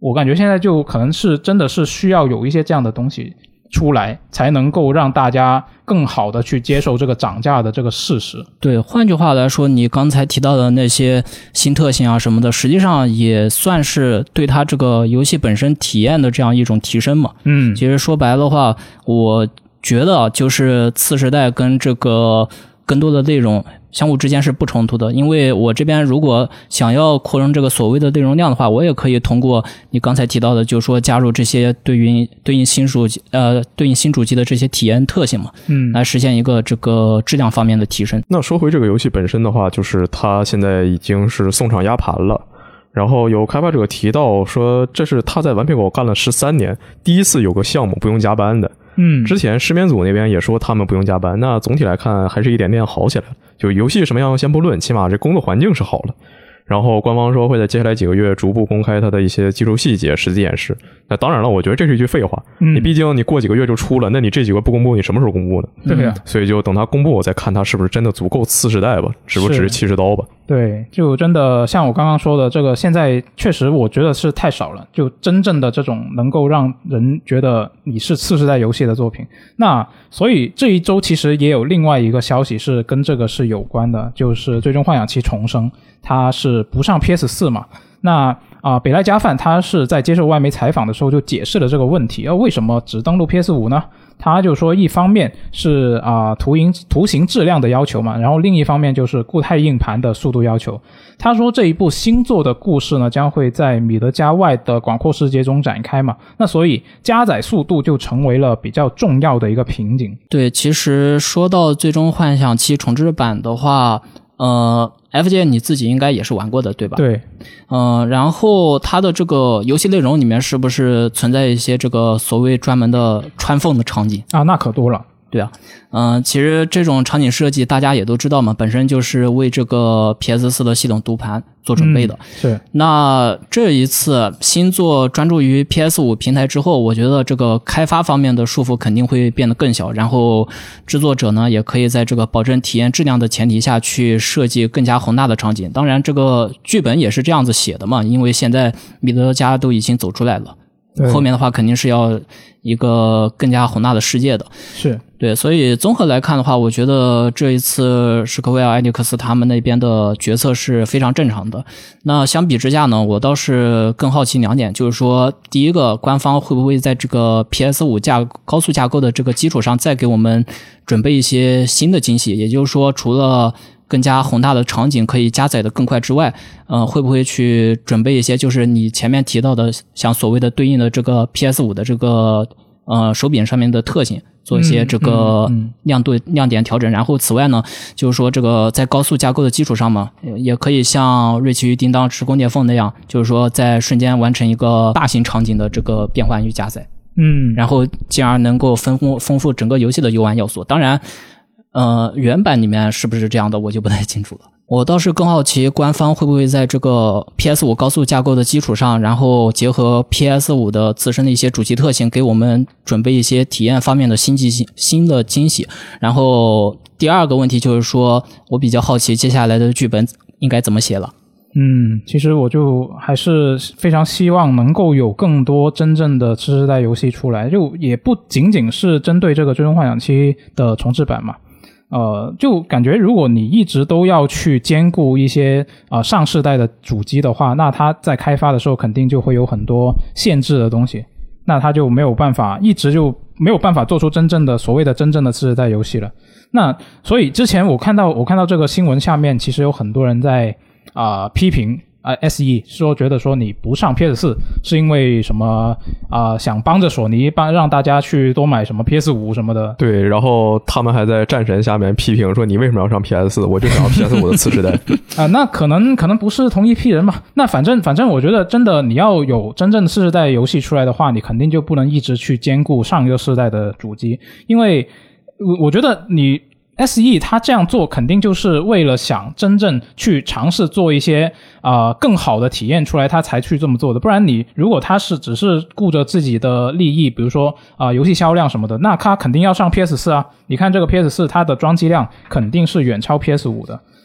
我感觉现在就可能是真的是需要有一些这样的东西出来，才能够让大家更好的去接受这个涨价的这个事实。
对，换句话来说，你刚才提到的那些新特性啊什么的，实际上也算是对它这个游戏本身体验的这样一种提升嘛。
嗯，
其实说白的话，我觉得就是次时代跟这个更多的内容相互之间是不冲突的，因为我这边如果想要扩充这个所谓的内容量的话，我也可以通过你刚才提到的，就是说加入这些对应对应新主机呃对应新主机的这些体验特性嘛，
嗯，
来实现一个这个质量方面的提升。
那说回这个游戏本身的话，就是它现在已经是送厂压盘了。然后有开发者提到说，这是他在顽皮狗干了十三年第一次有个项目不用加班的。
嗯，
之前失眠组那边也说他们不用加班，那总体来看还是一点点好起来了。就游戏什么样先不论，起码这工作环境是好了。然后官方说会在接下来几个月逐步公开它的一些技术细节、实际演示。那当然了，我觉得这是一句废话。
嗯，
你毕竟你过几个月就出了，那你这几个不公布，你什么时候公布呢？
对呀、啊，
所以就等它公布，我再看它是不是真的足够次世代吧，值不值七十刀吧。
对，就真的像我刚刚说的，这个现在确实我觉得是太少了，就真正的这种能够让人觉得你是次世代游戏的作品。那所以这一周其实也有另外一个消息是跟这个是有关的，就是《最终幻想七重生》它是不上 P S 四 嘛。那啊、呃，北濑加范他是在接受外媒采访的时候就解释了这个问题，而、呃、为什么只登陆 P S 五 呢？他就说一方面是啊、呃、图形图形质量的要求嘛，然后另一方面就是固态硬盘的速度要求。他说这一部新作的故事呢将会在米德加外的广阔世界中展开嘛，那所以加载速度就成为了比较重要的一个瓶颈。
对，其实说到最终幻想七重置版的话，呃 F J 你自己应该也是玩过的对吧？
对，
嗯、呃，然后它的这个游戏内容里面是不是存在一些这个所谓专门的穿缝的场景
啊？那可多了。
对啊，嗯、呃，其实这种场景设计大家也都知道嘛，本身就是为这个 P S 四 的系统读盘做准备的。
嗯、是。
那这一次新作专注于 P S 五 平台之后，我觉得这个开发方面的束缚肯定会变得更小，然后制作者呢也可以在这个保证体验质量的前提下去设计更加宏大的场景。当然，这个剧本也是这样子写的嘛，因为现在米德加都已经走出来了。后面的话肯定是要一个更加宏大的世界的，
是
对，所以综合来看的话，我觉得这一次史克威尔艾尼克斯他们那边的决策是非常正常的。那相比之下呢，我倒是更好奇两点，就是说第一个，官方会不会在这个 P S 五 架高速架构的这个基础上再给我们准备一些新的惊喜，也就是说除了更加宏大的场景可以加载的更快之外，呃，会不会去准备一些就是你前面提到的像所谓的对应的这个 P S 五 的这个呃手柄上面的特性，做一些这个亮度、嗯嗯嗯、亮点调整。然后此外呢，就是说这个在高速架构的基础上嘛，也可以像瑞奇与叮当时空裂缝那样，就是说在瞬间完成一个大型场景的这个变换与加载。
嗯，
然后进而能够丰富丰富整个游戏的游玩要素。当然呃，原版里面是不是这样的，我就不太清楚了。我倒是更好奇，官方会不会在这个 P S 五 高速架构的基础上，然后结合 P S 五 的自身的一些主机特性，给我们准备一些体验方面的新惊喜、新的惊喜。然后第二个问题就是说，我比较好奇接下来的剧本应该怎么写了。
嗯，其实我就还是非常希望能够有更多真正的次世代游戏出来，就也不仅仅是针对这个《最终幻想七》的重置版嘛。呃，就感觉如果你一直都要去兼顾一些啊、呃、上世代的主机的话，那它在开发的时候肯定就会有很多限制的东西，那它就没有办法一直就没有办法做出真正的所谓的真正的次世代游戏了。那所以之前我看到我看到这个新闻下面，其实有很多人在啊、呃、批评啊、呃、S E 说觉得说你不上 P S 四 是因为什么啊、呃、想帮着索尼帮让大家去多买什么 P S 五 什么的。
对，然后他们还在战神下面批评说你为什么要上 P S 四， 我就想要 P S 五 的次世代。
啊、呃，那可能可能不是同一批人吧。那反正反正我觉得真的你要有真正的次世代游戏出来的话，你肯定就不能一直去兼顾上一个世代的主机，因为我觉得你S E 他这样做肯定就是为了想真正去尝试做一些啊、呃、更好的体验出来，他才去这么做的。不然你如果他是只是顾着自己的利益，比如说啊、呃、游戏销量什么的，那他肯定要上 P S 四 啊。你看这个 P S 四 它的装机量肯定是远超 P S 五 的。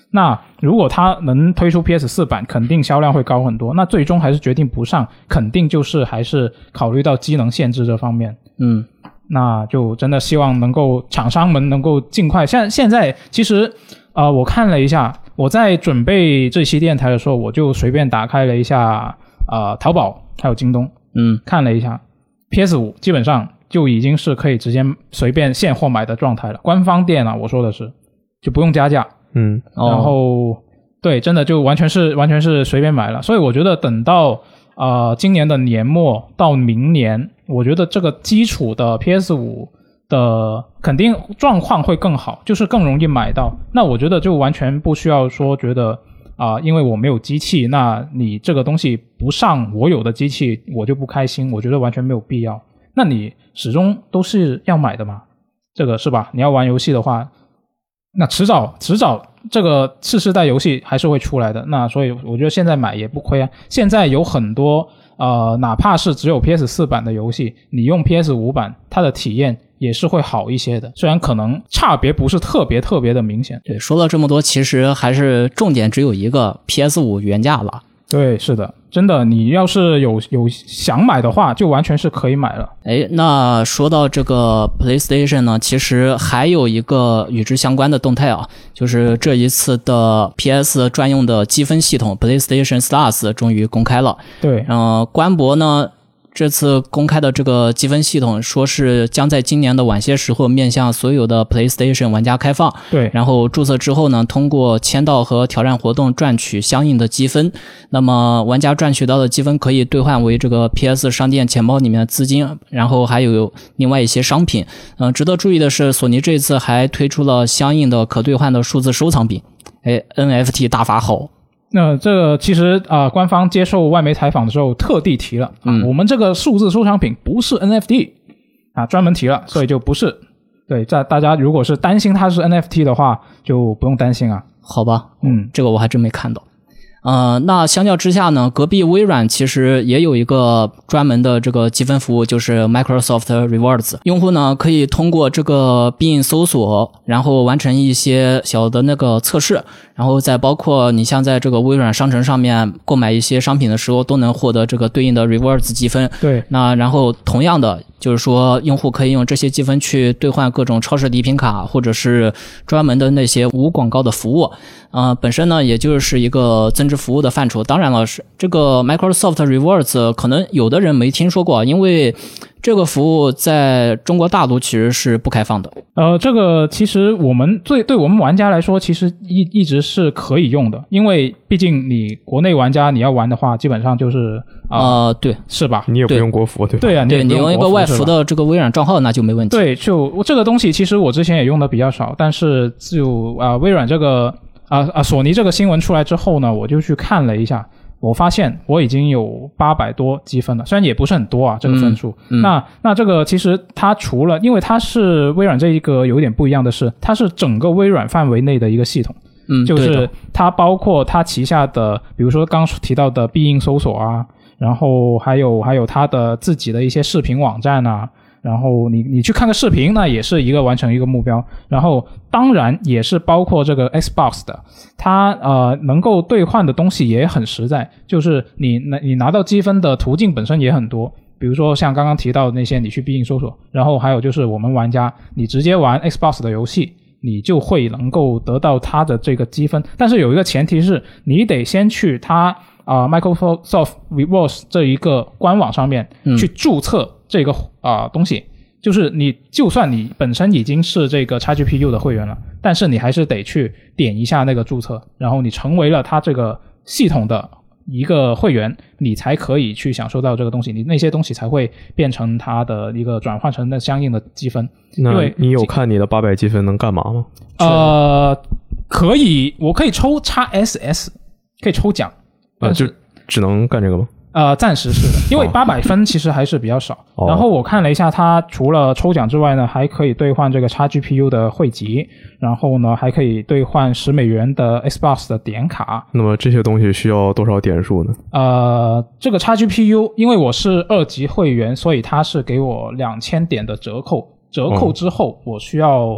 那如果它能推出 P S 四 版，肯定销量会高很多。那最终还是决定不上，肯定就是还是考虑到机能限制这方面。
嗯，
那就真的希望能够厂商们能够尽快。现现在其实呃，我看了一下，我在准备这期电台的时候，我就随便打开了一下呃淘宝还有京东，
嗯，
看了一下 P S 五 基本上就已经是可以直接随便现货买的状态了。官方店啊，我说的是就不用加价。
嗯，
然后、哦、对，真的就完全是完全是随便买了。所以我觉得等到呃今年的年末到明年，我觉得这个基础的 P S 五 的肯定状况会更好，就是更容易买到。那我觉得就完全不需要说觉得啊、呃，因为我没有机器，那你这个东西不上我有的机器我就不开心，我觉得完全没有必要。那你始终都是要买的嘛，这个是吧？你要玩游戏的话，那迟早迟早这个次世代游戏还是会出来的，那所以我觉得现在买也不亏啊。现在有很多呃，哪怕是只有 P S 四 版的游戏，你用 P S 五 版，它的体验也是会好一些的，虽然可能差别不是特别特别的明显。
对，说了这么多，其实还是重点只有一个 P S 五 原价了。
对，是的，真的，你要是有有想买的话，就完全是可以买了。
哎，那说到这个 PlayStation 呢，其实还有一个与之相关的动态啊，就是这一次的 P S 专用的积分系统 PlayStation Stars 终于公开了。
对，
呃，官博呢这次公开的这个积分系统，说是将在今年的晚些时候面向所有的 PlayStation 玩家开放。
对，
然后注册之后呢，通过签到和挑战活动赚取相应的积分。那么玩家赚取到的积分可以兑换为这个 P S 商店钱包里面的资金，然后还有另外一些商品。嗯、呃，值得注意的是，索尼这次还推出了相应的可兑换的数字收藏品。哎 ，N F T 大法好。
那这个其实啊、呃，官方接受外媒采访的时候特地提了，啊、
嗯，
我们这个数字收藏品不是 N F T 啊，专门提了，所以就不是。对，在大家如果是担心它是 N F T 的话，就不用担心啊。
好吧，
嗯，
这个我还真没看到。呃，那相较之下呢，隔壁微软其实也有一个专门的这个积分服务，就是 Microsoft Rewards。用户呢可以通过这个 Bing 搜索，然后完成一些小的那个测试，然后再包括你像在这个微软商城上面购买一些商品的时候，都能获得这个对应的 Rewards 积分。
对，
那然后同样的，就是说用户可以用这些积分去兑换各种超市礼品卡，或者是专门的那些无广告的服务。呃，本身呢也就是一个增值服务的范畴。当然了，是这个 Microsoft Rewards 可能有的人没听说过，因为这个服务在中国大陆其实是不开放的。
呃，这个其实我们对对我们玩家来说，其实一一直是可以用的，因为毕竟你国内玩家你要玩的话，基本上就是啊、呃
呃，对，
是吧？
你也不用国服，对吧？
对啊，
对，你用一个外服
服
的这个微软账号那就没问题。
对，就这个东西，其实我之前也用的比较少，但是就啊、呃、微软这个啊啊、呃、索尼这个新闻出来之后呢，我就去看了一下。我发现我已经有八百多积分了，虽然也不是很多啊，这个分数。
嗯嗯、
那那这个其实它除了，因为它是微软这一个有点不一样的是，它是整个微软范围内的一个系统，
嗯，
就是它包括它旗下的，比如说刚提到的必应搜索啊，然后还有还有它的自己的一些视频网站啊。然后你你去看个视频，那也是一个完成一个目标。然后当然也是包括这个 Xbox 的，它呃能够兑换的东西也很实在，就是你你拿到积分的途径本身也很多。比如说像刚刚提到的那些，你去必应搜索，然后还有就是我们玩家，你直接玩 Xbox 的游戏，你就会能够得到它的这个积分。但是有一个前提是，你得先去它啊、呃、Microsoft Rewards 这一个官网上面去注册这个啊、呃、东西。就是你就算你本身已经是这个 X G P U 的会员了，但是你还是得去点一下那个注册，然后你成为了它这个系统的一个会员，你才可以去享受到这个东西，你那些东西才会变成它的一个转换成那相应的积分。
那你有看你的八百积分能干嘛吗？
呃，可以，我可以抽 X S S， 可以抽奖
啊，就只能干这个吗？
呃，暂时是的，因为八百分其实还是比较少。
哦、
然后我看了一下，它除了抽奖之外呢，还可以兑换这个 X G P U 的汇集，然后呢，还可以兑换十美元的 Xbox 的点卡。
那么这些东西需要多少点数呢？
呃，这个 X G P U 因为我是二级会员，所以它是给我两千点的折扣。折扣之后，我需要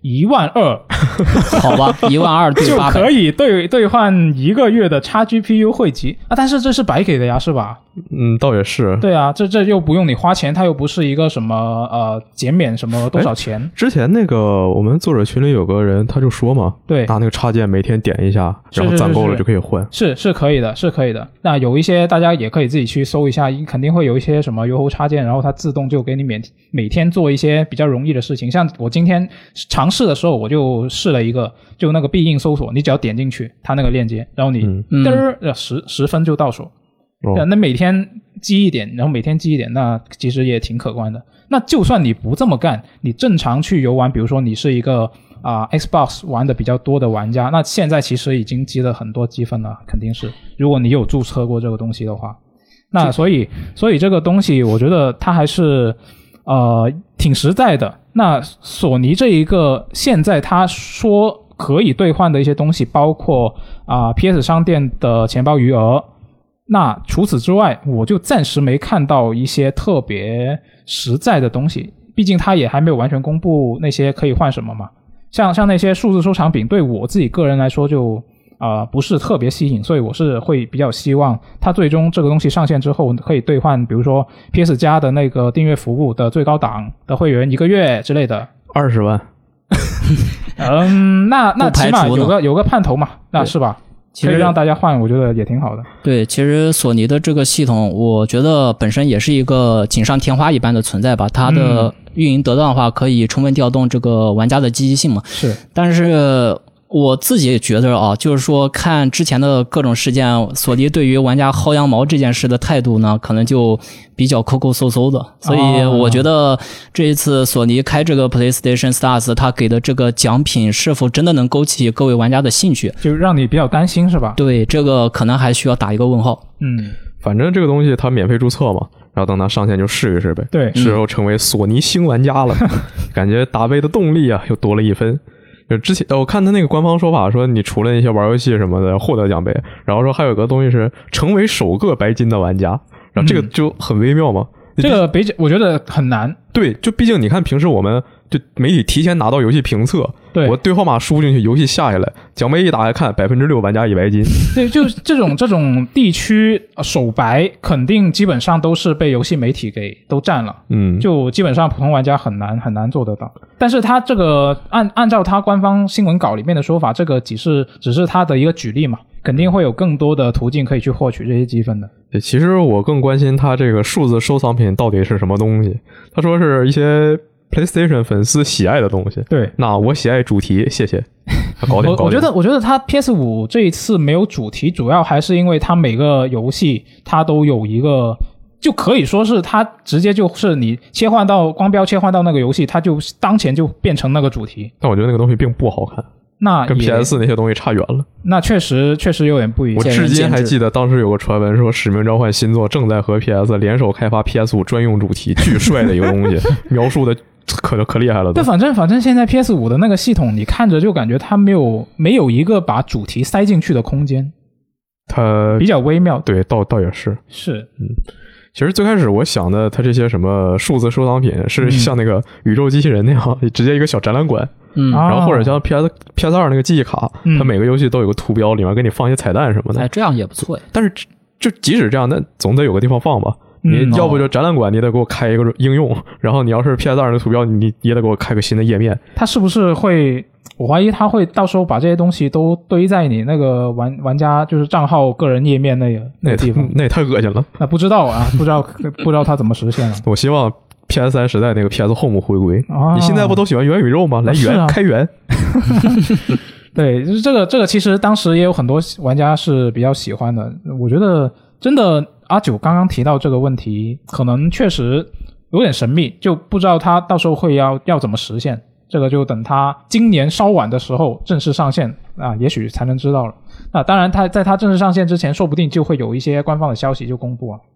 一万二，
好吧，一万二对
就
八百，
可以兑兑换一个月的 XGPU 汇集啊！但是这是白给的呀，是吧？
嗯，倒也是。
对啊，这这又不用你花钱，它又不是一个什么呃减免什么多少钱。
之前那个我们作者群里有个人他就说嘛，
对，
拿那个插件每天点一下，然后攒够了就可以换。
是是, 是, 是, 是, 是可以的，是可以的。那有一些大家也可以自己去搜一下，肯定会有一些什么优厚插件，然后它自动就给你每每天做一些比较容易的事情。像我今天尝试的时候，我就试了一个，就那个必应搜索，你只要点进去它那个链接，然后你嘚儿、嗯、十十分就到手。哦、那每天积一点，然后每天积一点，那其实也挺可观的。那就算你不这么干，你正常去游玩，比如说你是一个啊、呃、Xbox 玩的比较多的玩家，那现在其实已经积了很多积分了，肯定是。如果你有注册过这个东西的话，那所以所以这个东西我觉得它还是呃挺实在的。那索尼这一个现在他说可以兑换的一些东西，包括啊、呃、P S 商店的钱包余额。那除此之外，我就暂时没看到一些特别实在的东西，毕竟它也还没有完全公布那些可以换什么嘛。像像那些数字收藏品，对我自己个人来说就啊、呃、不是特别吸引，所以我是会比较希望它最终这个东西上线之后可以兑换，比如说 P S 加的那个订阅服务的最高档的会员一个月之类的。
二十万。
嗯，那那起码有个有个盼头嘛，那是吧？可以让大家换，我觉得也挺好的。
对，其实索尼的这个系统，我觉得本身也是一个锦上添花一般的存在吧。它的运营得当的话，可以充分调动这个玩家的积极性嘛。
是，
但是我自己也觉得啊，就是说看之前的各种事件，索尼对于玩家薅羊毛这件事的态度呢，可能就比较抠抠搜搜的。所以我觉得这一次索尼开这个 PlayStation Stars， 它给的这个奖品是否真的能勾起各位玩家的兴趣，
就让你比较担心是吧？
对，这个可能还需要打一个问号。
嗯，
反正这个东西它免费注册嘛，然后等它上线就试一试呗。
对，
事后成为索尼新玩家了，感觉打杯的动力啊又多了一分。就之前我看他那个官方说法说，你除了那些玩游戏什么的获得奖杯，然后说还有个东西是成为首个白金的玩家，然后这个就很微妙嘛。
嗯、这个北我觉得很难。
对，就毕竟你看平时我们就媒体提前拿到游戏评测，
对，
我对号码输进去，游戏下下来，奖杯一打开看，百分之六玩家一白金。
对，就这种这种地区首白，肯定基本上都是被游戏媒体给都占了。
嗯，
就基本上普通玩家很难很难做得到。但是他这个按按照他官方新闻稿里面的说法，这个只是只是他的一个举例嘛，肯定会有更多的途径可以去获取这些积分的。
对，其实我更关心他这个数字收藏品到底是什么东西。他说是一些 PlayStation 粉丝喜爱的东西。
对，
那我喜爱主题，谢谢。搞定，搞定。
我我觉得，我觉得它 P S 五 这一次没有主题，主要还是因为它每个游戏它都有一个，就可以说是它直接就是你切换到光标切换到那个游戏，它就当前就变成那个主题。
但我觉得那个东西并不好看。
那
跟 P S 四 那些东西差远了。
那确实确实有点不一样。
我至今还记得当时有个传闻说，《使命召唤》新作正在和 P S 联手开发 P S 五 专用主题，巨帅的一个东西，描述的可可厉害了。
对，反正反正现在 P S 五 的那个系统，你看着就感觉它没有没有一个把主题塞进去的空间，
它
比较微妙。
对，倒倒也是
是，
嗯。其实最开始我想的，它这些什么数字收藏品是像那个宇宙机器人那样，嗯、直接一个小展览馆。
嗯，
然后或者像 P S P S 二那个记忆卡，嗯、它每个游戏都有个图标，里面给你放一些彩蛋什么的。
哎，这样也不错。
但是就即使这样，那总得有个地方放吧。你要不就展览馆，你得给我开一个应用；嗯、然后你要是 P S 二的图标，你也得给我开个新的页面。
它是不是会？我怀疑它会到时候把这些东西都堆在你那个玩玩家就是账号个人页面那个那个地方。
那也太恶心了。
那不知道啊，不知道不知道它怎么实现了。
我希望 P S 三 时代那个 P S Home 回归。啊、你现在不都喜欢元宇宙吗？来元、啊、开源。
对，就是这个这个，其实当时也有很多玩家是比较喜欢的。我觉得真的阿九刚刚提到这个问题，可能确实有点神秘，就不知道他到时候会要要怎么实现。这个就等他今年稍晚的时候正式上线啊，也许才能知道了。那当然他在他正式上线之前，说不定就会有一些官方的消息就公布啊。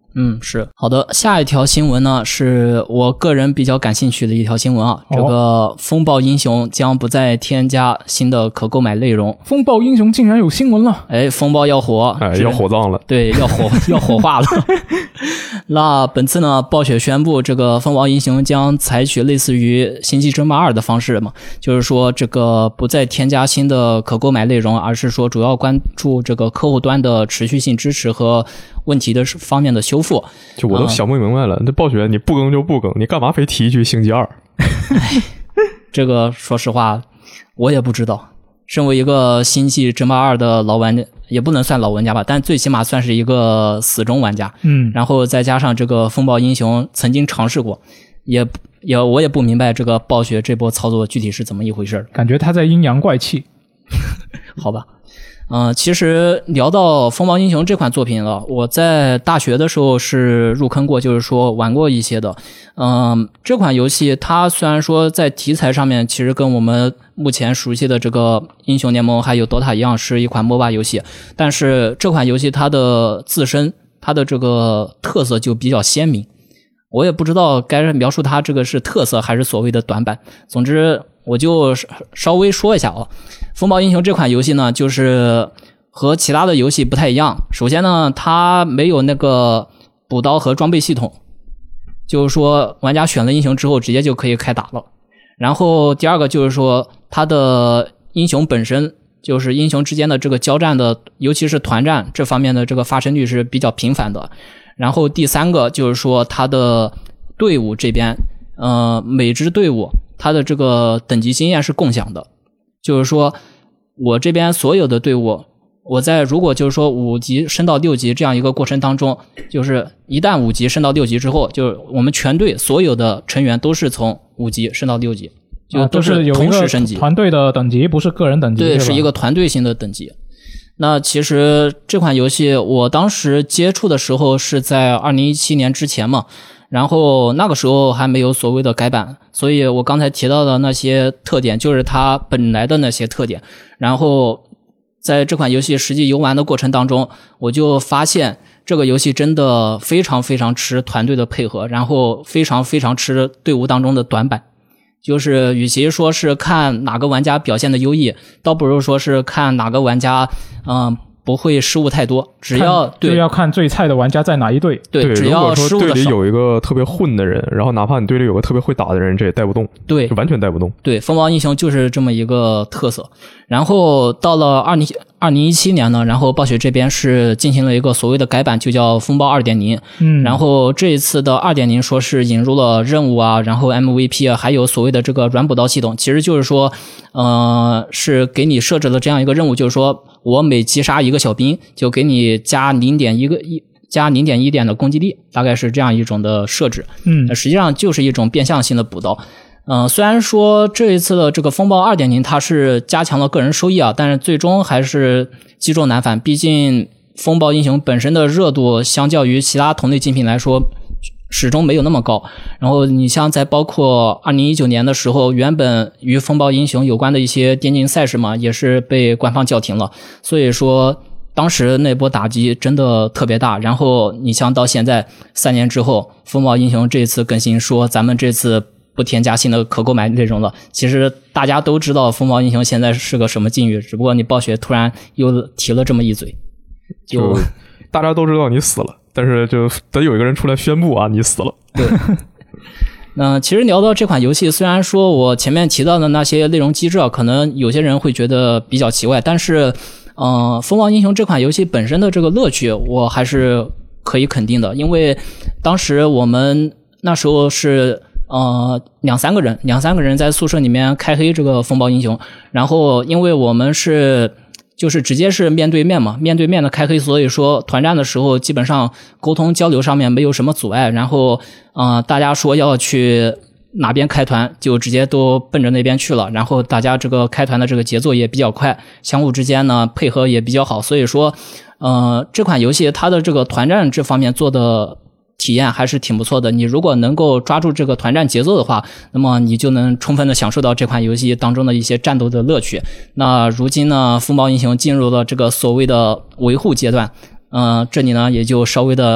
嗯，是好的。下一条新闻呢，是我个人比较感兴趣的一条新闻啊。
哦、
这个风暴英雄将不再添加新的可购买内容。
风暴英雄竟然有新闻了！
哎，风暴要火，
哎，要火葬了。
对，要火，要火化了。那本次呢，暴雪宣布这个风暴英雄将采取类似于星际争霸二的方式嘛，就是说这个不再添加新的可购买内容，而是说主要关注这个客户端的持续性支持和问题的方面的修复。
就我都想不明白了，那、嗯、暴雪你不更就不更，你干嘛非提一句星际二？
哎，这个说实话我也不知道。身为一个星际争霸二的老玩家，也不能算老玩家吧，但最起码算是一个死忠玩家。
嗯，
然后再加上这个风暴英雄曾经尝试过，也也我也不明白这个暴雪这波操作具体是怎么一回事，
感觉他在阴阳怪气。
好吧。嗯、呃，其实聊到风暴英雄这款作品了，我在大学的时候是入坑过，就是说玩过一些的。嗯、呃，这款游戏它虽然说在题材上面其实跟我们目前熟悉的这个英雄联盟还有 Dota 一样是一款 M O B A 游戏，但是这款游戏它的自身它的这个特色就比较鲜明。我也不知道该描述它这个是特色还是所谓的短板，总之我就稍微说一下啊。风暴英雄这款游戏呢，就是和其他的游戏不太一样。首先呢，它没有那个补刀和装备系统，就是说玩家选了英雄之后直接就可以开打了。然后第二个就是说它的英雄本身，就是英雄之间的这个交战的，尤其是团战这方面的这个发生率是比较频繁的。然后第三个就是说它的队伍这边，呃，每支队伍它的这个等级经验是共享的，就是说我这边所有的队伍，我在如果就是说五级升到六级这样一个过程当中，就是一旦五级升到六级之后，就是我们全队所有的成员都是从五级升到六级，就都是同时升级。
团队的等级不是个人等级，
对，是一个团队性的等级。那其实这款游戏我当时接触的时候是在二零一七年之前嘛，然后那个时候还没有所谓的改版，所以我刚才提到的那些特点就是它本来的那些特点。然后在这款游戏实际游玩的过程当中，我就发现这个游戏真的非常非常吃团队的配合，然后非常非常吃队伍当中的短板。就是与其说是看哪个玩家表现的优异，倒不如说是看哪个玩家嗯、呃、不会失误太多，只要对
就要看最菜的玩家在哪一队。
对，
对，
只要失误的少。
如果说队里有一个特别混的人，然后哪怕你队里有个特别会打的人，这也带不动。
对，
就完全带不动。
对，风暴英雄就是这么一个特色。然后到了二零二零一七年呢，然后暴雪这边是进行了一个所谓的改版，就叫风暴 二点零。
嗯，
然后这一次的 二点零 说是引入了任务啊，然后 M V P 啊，还有所谓的这个软补刀系统，其实就是说呃是给你设置了这样一个任务，就是说我每击杀一个小兵就给你加零点一个一加零点一点的攻击力，大概是这样一种的设置。
嗯，
实际上就是一种变相性的补刀。嗯、呃，虽然说这一次的这个风暴 二点零 它是加强了个人收益啊，但是最终还是积重难返，毕竟风暴英雄本身的热度相较于其他同类竞品来说始终没有那么高。然后你像在包括二零一九年的时候，原本与风暴英雄有关的一些电竞赛事嘛，也是被官方叫停了，所以说当时那波打击真的特别大。然后你像到现在三年之后，风暴英雄这次更新说咱们这次不添加新的可购买内容了，其实大家都知道风暴英雄现在是个什么境遇，只不过你暴雪突然又提了这么一嘴，就,
就大家都知道你死了，但是就得有一个人出来宣布啊你死了。
对。那其实聊到这款游戏，虽然说我前面提到的那些内容机制啊，可能有些人会觉得比较奇怪，但是呃，风暴英雄这款游戏本身的这个乐趣我还是可以肯定的，因为当时我们那时候是呃，两三个人，两三个人在宿舍里面开黑这个风暴英雄，然后因为我们是就是直接是面对面嘛，面对面的开黑，所以说团战的时候基本上沟通交流上面没有什么阻碍，然后呃，大家说要去哪边开团就直接都奔着那边去了，然后大家这个开团的这个节奏也比较快，相互之间呢配合也比较好，所以说呃，这款游戏它的这个团战这方面做的体验还是挺不错的，你如果能够抓住这个团战节奏的话，那么你就能充分的享受到这款游戏当中的一些战斗的乐趣。那如今呢，风暴英雄进入了这个所谓的维护阶段，嗯、呃，这里呢也就稍微的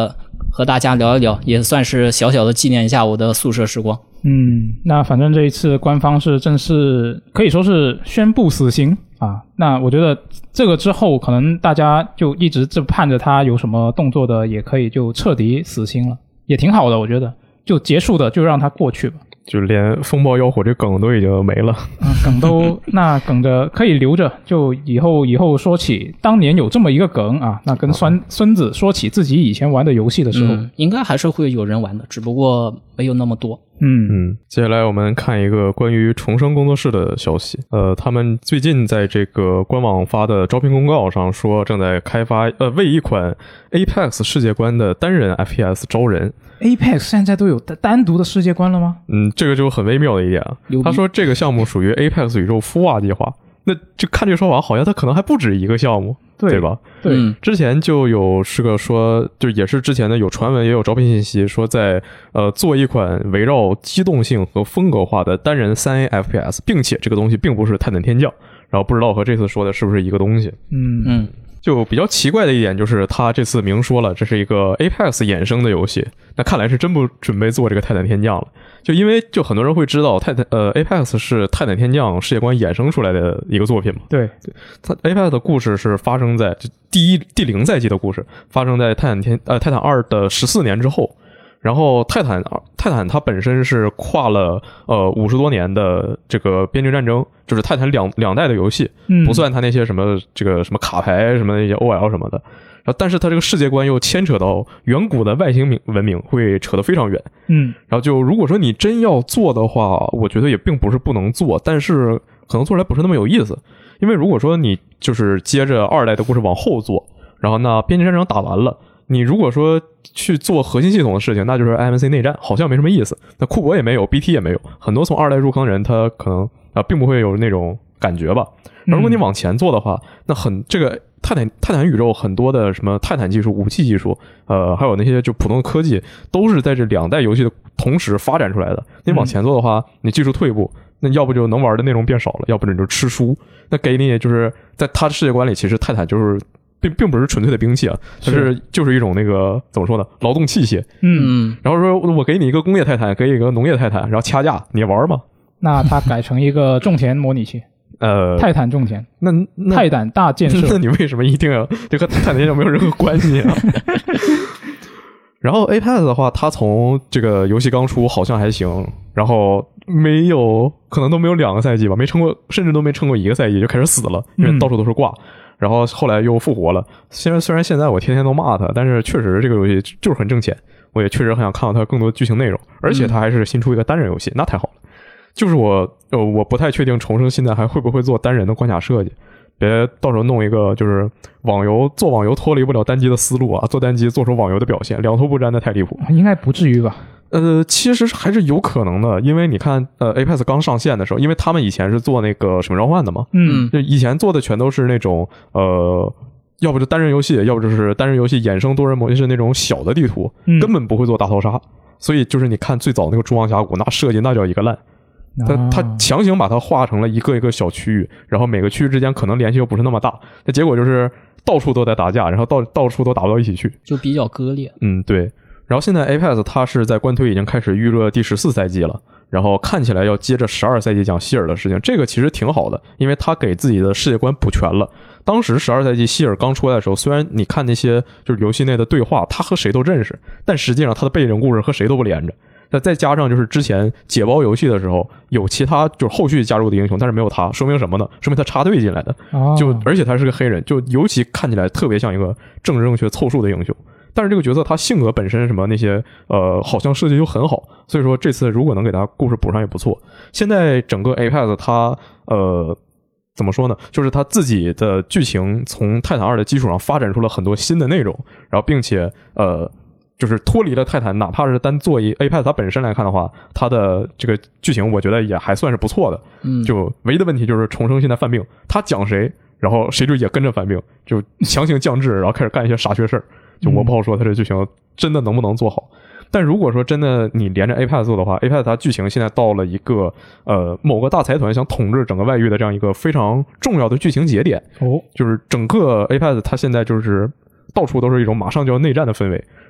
和大家聊一聊，也算是小小的纪念一下我的宿舍时光。
嗯，那反正这一次官方是正式可以说是宣布死刑啊。那我觉得这个之后，可能大家就一直就盼着他有什么动作的，也可以就彻底死刑了，也挺好的。我觉得就结束的就让他过去吧。
就连风暴妖火这梗都已经没了，
啊、梗都那梗的可以留着，就以后以后说起当年有这么一个梗啊，那跟孙孙子说起自己以前玩的游戏的时候、
嗯，应该还是会有人玩的，只不过没有那么多。
嗯
嗯，接下来我们看一个关于重生工作室的消息。呃，他们最近在这个官网发的招聘公告上说，正在开发呃为一款 Apex 世界观的单人 F P S 招人。
Apex 现在都有单独的世界观了吗？
嗯，这个就很微妙的一点啊。他说这个项目属于 Apex 宇宙孵化计划，那就看这个说法，好像它可能还不止一个项目， 对, 对吧？
对、嗯，
之前就有是个说，就也是之前的有传闻，也有招聘信息说在呃做一款围绕机动性和风格化的单人 三 A F P S， 并且这个东西并不是泰坦天降，然后不知道和这次说的是不是一个东西。
嗯
嗯。
就比较奇怪的一点就是他这次明说了这是一个 Apex 衍生的游戏，那看来是真不准备做这个泰坦天降了。就因为就很多人会知道泰坦呃 Apex 是泰坦天降世界观衍生出来的一个作品嘛。
对，
它 Apex 的故事是发生在就第一第零赛季的故事发生在泰坦天呃泰坦二的十四年之后。然后泰坦泰坦它本身是跨了呃五十多年的这个边境战争，就是泰坦两两代的游戏，
嗯，
不算它那些什么这个什么卡牌什么那些 O L 什么的。然后但是它这个世界观又牵扯到远古的外星文明，会扯得非常远。
嗯，
然后就如果说你真要做的话，我觉得也并不是不能做，但是可能做出来不是那么有意思。因为如果说你就是接着二代的故事往后做，然后那边境战争打完了，你如果说去做核心系统的事情，那就是 I M C 内战，好像没什么意思。那库珀也没有 B T 也没有，很多从二代入坑人他可能啊并不会有那种感觉吧。而如果你往前做的话，那很这个泰坦泰坦宇宙很多的什么泰坦技术、武器技术，呃，还有那些就普通的科技，都是在这两代游戏的同时发展出来的。你往前做的话，你技术退步，那要不就能玩的内容变少了，要不你就吃书。那给你就是在他的世界观里，其实泰坦就是并并不是纯粹的兵器啊，它是就是一种那个怎么说呢，劳动器械。
嗯，
然后说我给你一个工业泰坦，给你一个农业泰坦，然后掐架，你玩吗？
那它改成一个种田模拟器。
呃，
泰坦种田，
那那
泰坦大建设，
那你为什么一定要这和泰坦天降没有任何关系啊？然后 Apex 的话，它从这个游戏刚出好像还行，然后没有可能都没有两个赛季吧，没撑过，甚至都没撑过一个赛季就开始死了，因为到处都是挂。嗯，然后后来又复活了。虽然虽然现在我天天都骂他，但是确实这个游戏就是很挣钱，我也确实很想看到它更多剧情内容，而且它还是新出一个单人游戏，那太好了。就是我呃我不太确定重生现在还会不会做单人的关卡设计，别到时候弄一个就是网游做网游脱离不了单机的思路啊，做单机做出网游的表现，两头不沾的太离谱。
应该不至于吧？
呃，其实还是有可能的，因为你看，呃 ，Apex 刚上线的时候，因为他们以前是做那个使命召唤的嘛，
嗯，
就以前做的全都是那种呃，要不就单人游戏，要不就是单人游戏衍生多人模式那种小的地图，
嗯，
根本不会做大逃杀，所以就是你看最早那个蛛网峡谷，那设计那叫一个烂。他他强行把它画成了一个一个小区域，然后每个区域之间可能联系又不是那么大，那结果就是到处都在打架，然后到到处都打不到一起去，
就比较割裂。
嗯，对。然后现在 Apex 它是在官推已经开始预热第十四赛季了，然后看起来要接着十二赛季讲希尔的事情，这个其实挺好的，因为他给自己的世界观补全了。当时十二赛季希尔刚出来的时候，虽然你看那些就是游戏内的对话，他和谁都认识，但实际上他的背景故事和谁都不连着。那再加上就是之前解包游戏的时候有其他就是后续加入的英雄，但是没有他，说明什么呢？说明他插队进来的，就而且他是个黑人，就尤其看起来特别像一个政治正确凑数的英雄。但是这个角色他性格本身什么那些呃好像设计就很好，所以说这次如果能给他故事补上也不错。现在整个 Apex 它呃怎么说呢，就是他自己的剧情从泰坦二的基础上发展出了很多新的内容，然后并且呃就是脱离了泰坦，哪怕是单做一 Apex 它本身来看的话，它的这个剧情我觉得也还算是不错的。
嗯，
就唯一的问题就是重生现在犯病，他讲谁，然后谁就也跟着犯病，就强行降智，然后开始干一些傻缺事儿。就我不好说他这剧情真的能不能做好。但如果说真的你连着 Apex 做的话， Apex 它剧情现在到了一个呃某个大财团想统治整个外域的这样一个非常重要的剧情节点。
哦，
就是整个 Apex 它现在就是到处都是一种马上就要内战的氛围，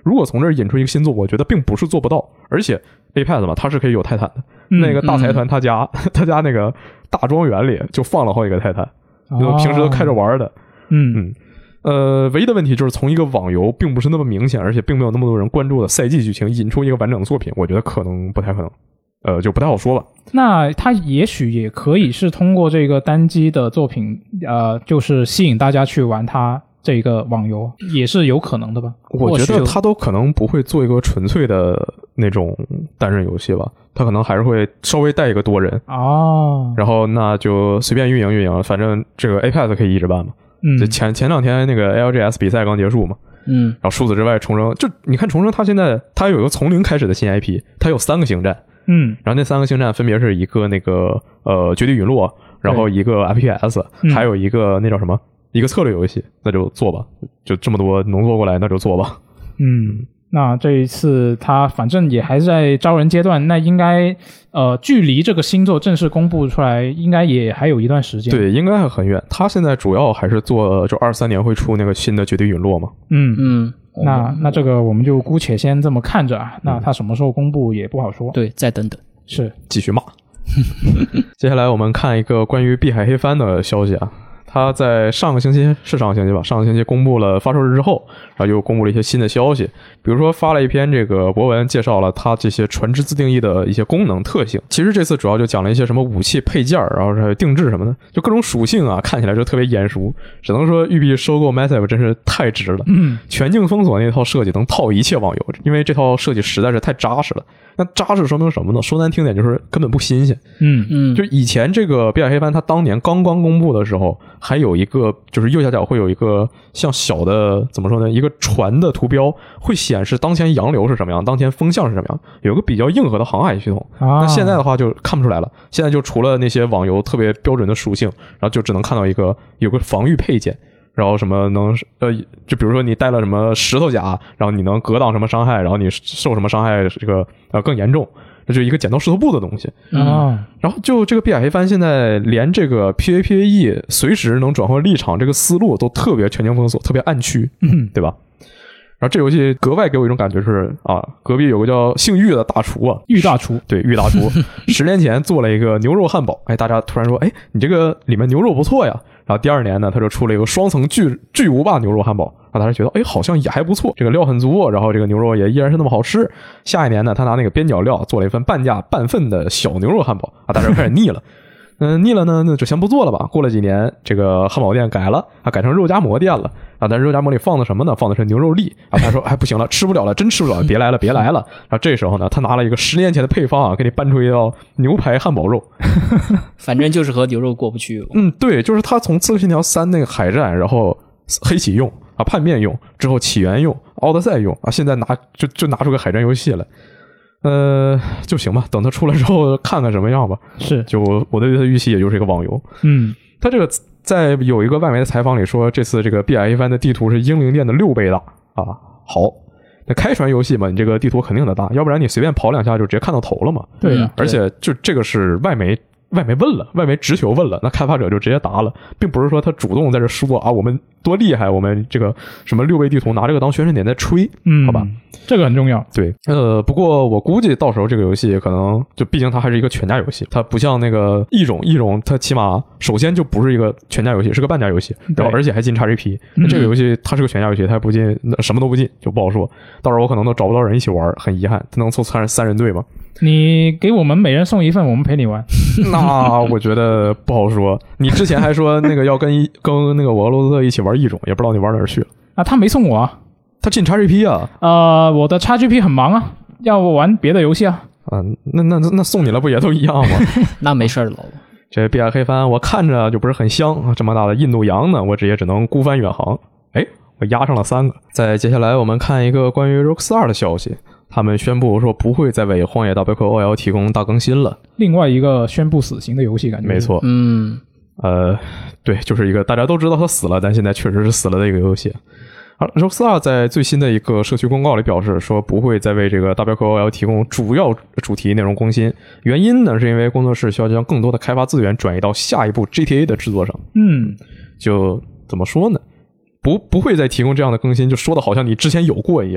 如果从这儿引出一个新作，我觉得并不是做不到。而且 Apex 嘛，它是可以有泰坦的，
嗯、
那个大财团他家、嗯、他家那个大庄园里就放了好几个泰坦，就平时都开着玩的。
嗯
嗯。呃，唯一的问题就是从一个网游并不是那么明显，而且并没有那么多人关注的赛季剧情引出一个完整的作品，我觉得可能不太可能，呃，就不太好说吧。
那它也许也可以是通过这个单机的作品，呃，就是吸引大家去玩它这个网游，也是有可能的吧？
我觉得它都可能不会做一个纯粹的那种单人游戏吧，它可能还是会稍微带一个多人
哦，
然后那就随便运营运营，反正这个 Apex 可以一直办嘛。
嗯，
前前两天那个 L G S 比赛刚结束嘛，
嗯，
然后除此之外，重生就你看重生，它现在它有一个从零开始的新 I P， 它有三个星战，
嗯，
然后那三个星战分别是一个那个呃绝地陨落，然后一个 F P S，、嗯、还有一个那叫什么一个策略游戏，那就做吧，就这么多能做过来，那就做吧。
嗯，那这一次它反正也还在招人阶段，那应该呃距离这个新作正式公布出来，应该也还有一段时间。
对，应该还很远。它现在主要还是做，就二三年会出那个新的绝地陨落嘛。
嗯
嗯，
那那这个我们就姑且先这么看着啊。那它什么时候公布也不好说。
对，再等等。
是，
继续骂。接下来我们看一个关于碧海黑帆的消息啊。他在上个星期是上个星期吧，上个星期公布了发售日之后，然后又公布了一些新的消息，比如说发了一篇这个博文，介绍了它这些船只自定义的一些功能特性。其实这次主要就讲了一些什么武器配件，然后是定制什么的，就各种属性啊，看起来就特别眼熟。只能说育碧收购 Massive 真是太值了。
嗯，
全境封锁那套设计能套一切网游，因为这套设计实在是太扎实了。那扎实说明什么呢？说难听点就是根本不新鲜。
嗯
嗯，
就以前这个碧海黑帆它当年刚刚公布的时候，还有一个就是右下角会有一个像小的怎么说呢，一个船的图标，会显示当前洋流是什么样，当前风向是什么样，有一个比较硬核的航海系统。
啊、
那现在的话就看不出来了，现在就除了那些网游特别标准的属性，然后就只能看到一个有个防御配件。然后什么能呃，就比如说你带了什么石头甲，然后你能格挡什么伤害，然后你受什么伤害这个呃更严重，这就一个剪刀石头布的东西
啊。
然后就这个碧海黑帆现在连这个 PVPVE 随时能转换立场这个思路都特别全境封锁，特别暗区，
嗯，
对吧？然后这游戏格外给我一种感觉是啊，隔壁有个叫姓玉的大厨啊，
玉大厨，
对，玉大厨，十年前做了一个牛肉汉堡，哎，大家突然说，哎，你这个里面牛肉不错呀。然后第二年呢，他就出了一个双层巨巨无霸牛肉汉堡，让大家觉得，哎，好像也还不错，这个料很足，然后这个牛肉也依然是那么好吃。下一年呢，他拿那个边角料做了一份半价半份的小牛肉汉堡啊，大家开始腻了。嗯，腻了呢，那就先不做了吧。过了几年，这个汉堡店改了，啊，改成肉夹馍店了啊。但是肉夹馍里放的什么呢？放的是牛肉粒啊。他说，哎，不行了，吃不了了，真吃不了了，别来了，别来了。然后这时候呢，他拿了一个十年前的配方啊，给你搬出一道牛排汉堡肉。
反正就是和牛肉过不去。
嗯，对，就是他从《刺客信条三》那个海战，然后黑旗用啊，叛变用，之后起源用，奥德赛用啊，现在拿就就拿出个海战游戏来。呃，就行吧，等它出来之后看看什么样吧。
是，
就我对它预期也就是一个网游。
嗯，
它这个在有一个外媒的采访里说，这次这个碧海黑帆的地图是英灵殿的六倍大啊。好，那开船游戏嘛，你这个地图肯定得大，要不然你随便跑两下就直接看到头了嘛。
对啊，
而且就这个是外媒。外媒问了，外媒直球问了，那开发者就直接答了，并不是说他主动在这说啊，我们多厉害，我们这个什么六倍地图拿这个当宣传点在吹，
嗯，
好吧，
这个很重要。
对，呃，不过我估计到时候这个游戏可能就，毕竟它还是一个全家游戏，它不像那个异种，异种它起码首先就不是一个全家游戏，是个半家游戏，然后而且还进 X G P， 那这个游戏它是个全家游戏，它不进什么都不进就不好说，到时候我可能都找不到人一起玩，很遗憾，它能凑三三人队吗？
你给我们每人送一份，我们陪你玩。
那我觉得不好说。你之前还说那个要跟一跟那个我俄罗斯特一起玩异种，也不知道你玩哪儿去了
啊？他没送我啊，
他进 X G P 啊。
呃，我的 X G P 很忙啊，要玩别的游戏啊。
啊，那那那送你了不也都一样吗？
那没事了。
这碧海黑帆我看着就不是很香啊，这么大的印度洋呢，我直接只能孤帆远航。哎，我压上了三个。再接下来我们看一个关于 Rockstar 的消息。他们宣布说不会再为《荒野大镖客 O L》提供大更新了。
另外一个宣布死刑的游戏，感觉
没错，
嗯，
呃，对，就是一个大家都知道他死了，但现在确实是死了的一个游戏。啊 ，Rockstar 在最新的一个社区公告里表示说，不会再为这个大镖客 O L 提供主要主题内容更新。原因呢，是因为工作室需要将更多的开发资源转移到下一部 G T A 的制作上。
嗯，
就怎么说呢？不，不会再提供这样的更新，就说的好像你之前有过一样。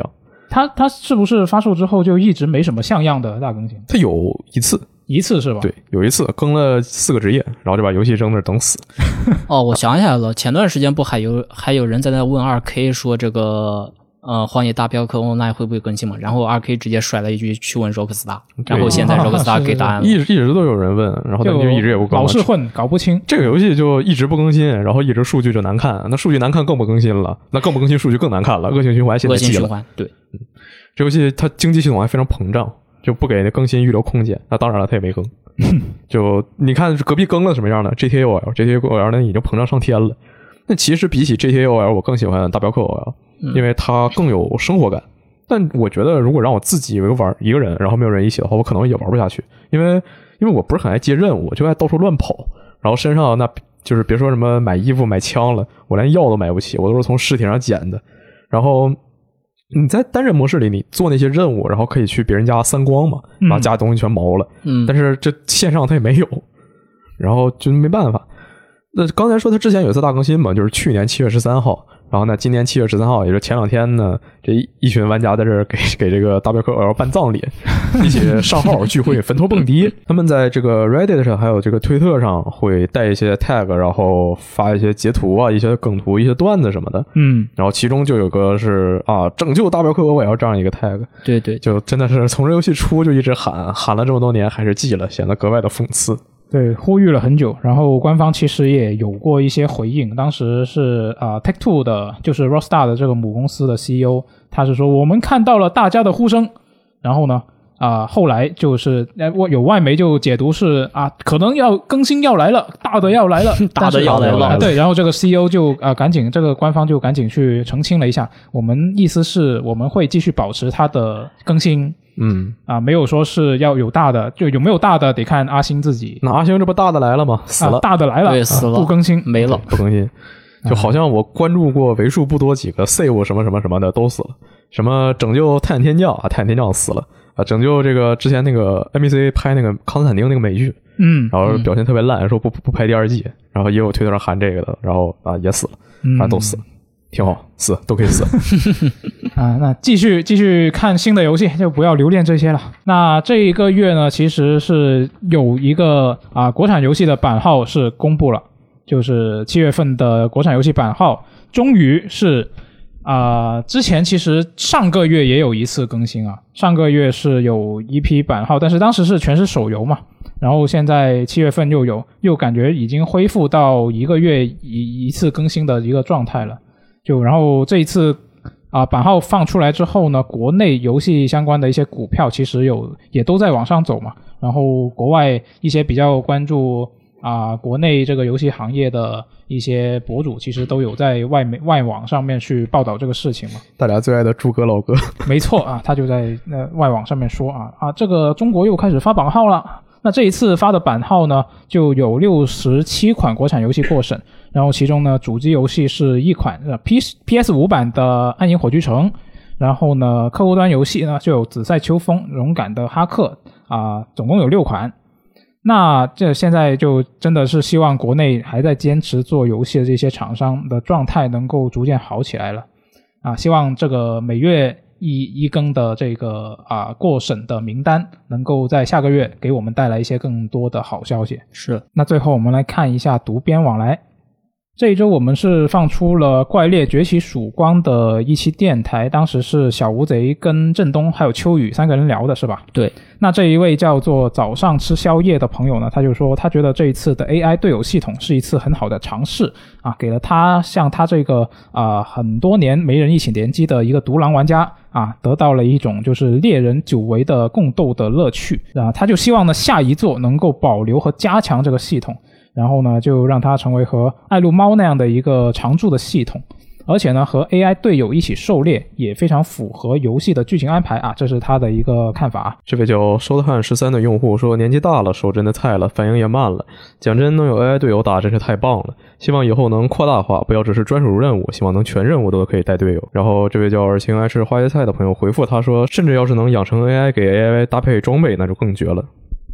它它是不是发售之后就一直没什么像样的大更新？
它有一次，
一次是吧？
对，有一次更了四个职业，然后就把游戏扔那儿等死。
哦，我想起来了，前段时间不还有还有人在那问 二 K 说这个呃荒野大镖客 Online 会不会更新嘛？然后 二 K 直接甩了一句去问 Rockstar， 然后现在 Rockstar 给答案了。
一直一直都有人问，然后他们就一直也不更。
老是混，搞不清。
这个游戏就一直不更新，然后一直数据就难看，那数据难看更不更新了，那更不更新数据更难看了，恶性循环现在记了。
恶性循环，对。
嗯，这游戏它经济系统还非常膨胀，就不给更新预留空间。那当然了，它也没更。就你看隔壁更了什么样的 G T A O L，G T A O L 呢已经膨胀上天了。那其实比起 G T A O L， 我更喜欢大镖客 O L， 因为它更有生活感。但我觉得如果让我自己玩一个人，然后没有人一起的话，我可能也玩不下去，因为因为我不是很爱接任务，我就爱到处乱跑，然后身上那就是别说什么买衣服买枪了，我连药都买不起，我都是从尸体上捡的。然后你在单人模式里，你做那些任务，然后可以去别人家三光嘛，把家里东西全毛了。
嗯，
但是这线上它也没有，然后就没办法。那刚才说他之前有一次大更新嘛，就是去年七月十三号，然后呢，今年七月十三号，也就是前两天呢，这一群玩家在这儿给给这个大镖客 O L 办葬礼，一起上号聚会，坟头蹦迪。他们在这个 Reddit 上还有这个推特上会带一些 tag， 然后发一些截图啊、一些梗图、一些段子什么的。
嗯，
然后其中就有个是啊，拯救大镖客 O L 这样一个 tag。
对对，
就真的是从这游戏出就一直喊，喊了这么多年，还是记了，显得格外的讽刺。
对，呼吁了很久，然后官方其实也有过一些回应。当时是啊、呃、，Take Two 的，就是 Rockstar 的这个母公司的 C E O， 他是说我们看到了大家的呼声，然后呢，啊、呃，后来就是有外媒就解读是啊，可能要更新要来了，大的要来了，
大的要来了、
啊。对，然后这个 C E O 就啊、呃、赶紧，这个官方就赶紧去澄清了一下，我们意思是我们会继续保持它的更新。
嗯
啊，没有说是要有大的，就有没有大的得看阿星自己。
那阿星这不大的来了吗？死了，
啊、大的来了，
对，死了，
不更新
没了，
不更新。就好像我关注过为数不多几个 save 什么什么什么的都死了，什么拯救泰坦天将啊，泰坦天将死了啊，拯救这个之前那个 N B C 拍那个康斯坦丁那个美剧，
嗯，
然后表现特别烂，说不不拍第二季，然后也有推特上喊这个的，然后啊也死了，反正都死了。嗯，挺好，死都可以死
啊。那继续继续看新的游戏，就不要留恋这些了。那这一个月呢，其实是有一个啊国产游戏的版号是公布了，就是七月份的国产游戏版号，终于是啊、呃，之前其实上个月也有一次更新啊，上个月是有一批版号，但是当时是全是手游嘛。然后现在七月份又有，又感觉已经恢复到一个月一一次更新的一个状态了。就然后这一次啊、呃、版号放出来之后呢，国内游戏相关的一些股票其实有也都在往上走嘛。然后国外一些比较关注啊、呃、国内这个游戏行业的一些博主，其实都有在外媒外网上面去报道这个事情嘛。
大家最爱的诸葛老哥，
没错啊，他就在那外网上面说啊啊这个中国又开始发版号了。那这一次发的版号呢，就有六十七款国产游戏过审，然后其中呢，主机游戏是一款 P P S 五 版的《暗影火炬城》，然后呢，客户端游戏呢就有《紫塞秋风》、《勇敢的哈克》啊、呃，总共有六款。那这现在就真的是希望国内还在坚持做游戏的这些厂商的状态能够逐渐好起来了啊！希望这个每月一一更的这个啊过审的名单能够在下个月给我们带来一些更多的好消息。
是，
那最后我们来看一下读编往来。这一周我们是放出了怪猎崛起曙光的一期电台，当时是小吴贼跟振东还有秋雨三个人聊的是吧？
对。
那这一位叫做早上吃宵夜的朋友呢，他就说他觉得这一次的 A I 队友系统是一次很好的尝试啊，给了他像他这个啊很多年没人一起联机的一个独狼玩家啊，得到了一种就是猎人久违的共斗的乐趣啊，他就希望呢下一作能够保留和加强这个系统。然后呢，就让它成为和爱撸猫那样的一个常驻的系统，而且呢，和 A I 队友一起狩猎也非常符合游戏的剧情安排啊，这是他的一个看法。
这位叫收汉十三的用户说，年纪大了，手真的菜了，反应也慢了。讲真，能有 A I 队友打真是太棒了，希望以后能扩大化，不要只是专属任务，希望能全任务都可以带队友。然后这位叫尔晴爱吃花椰菜的朋友回复他说，甚至要是能养成 A I 给 A I 搭配装备，那就更绝了。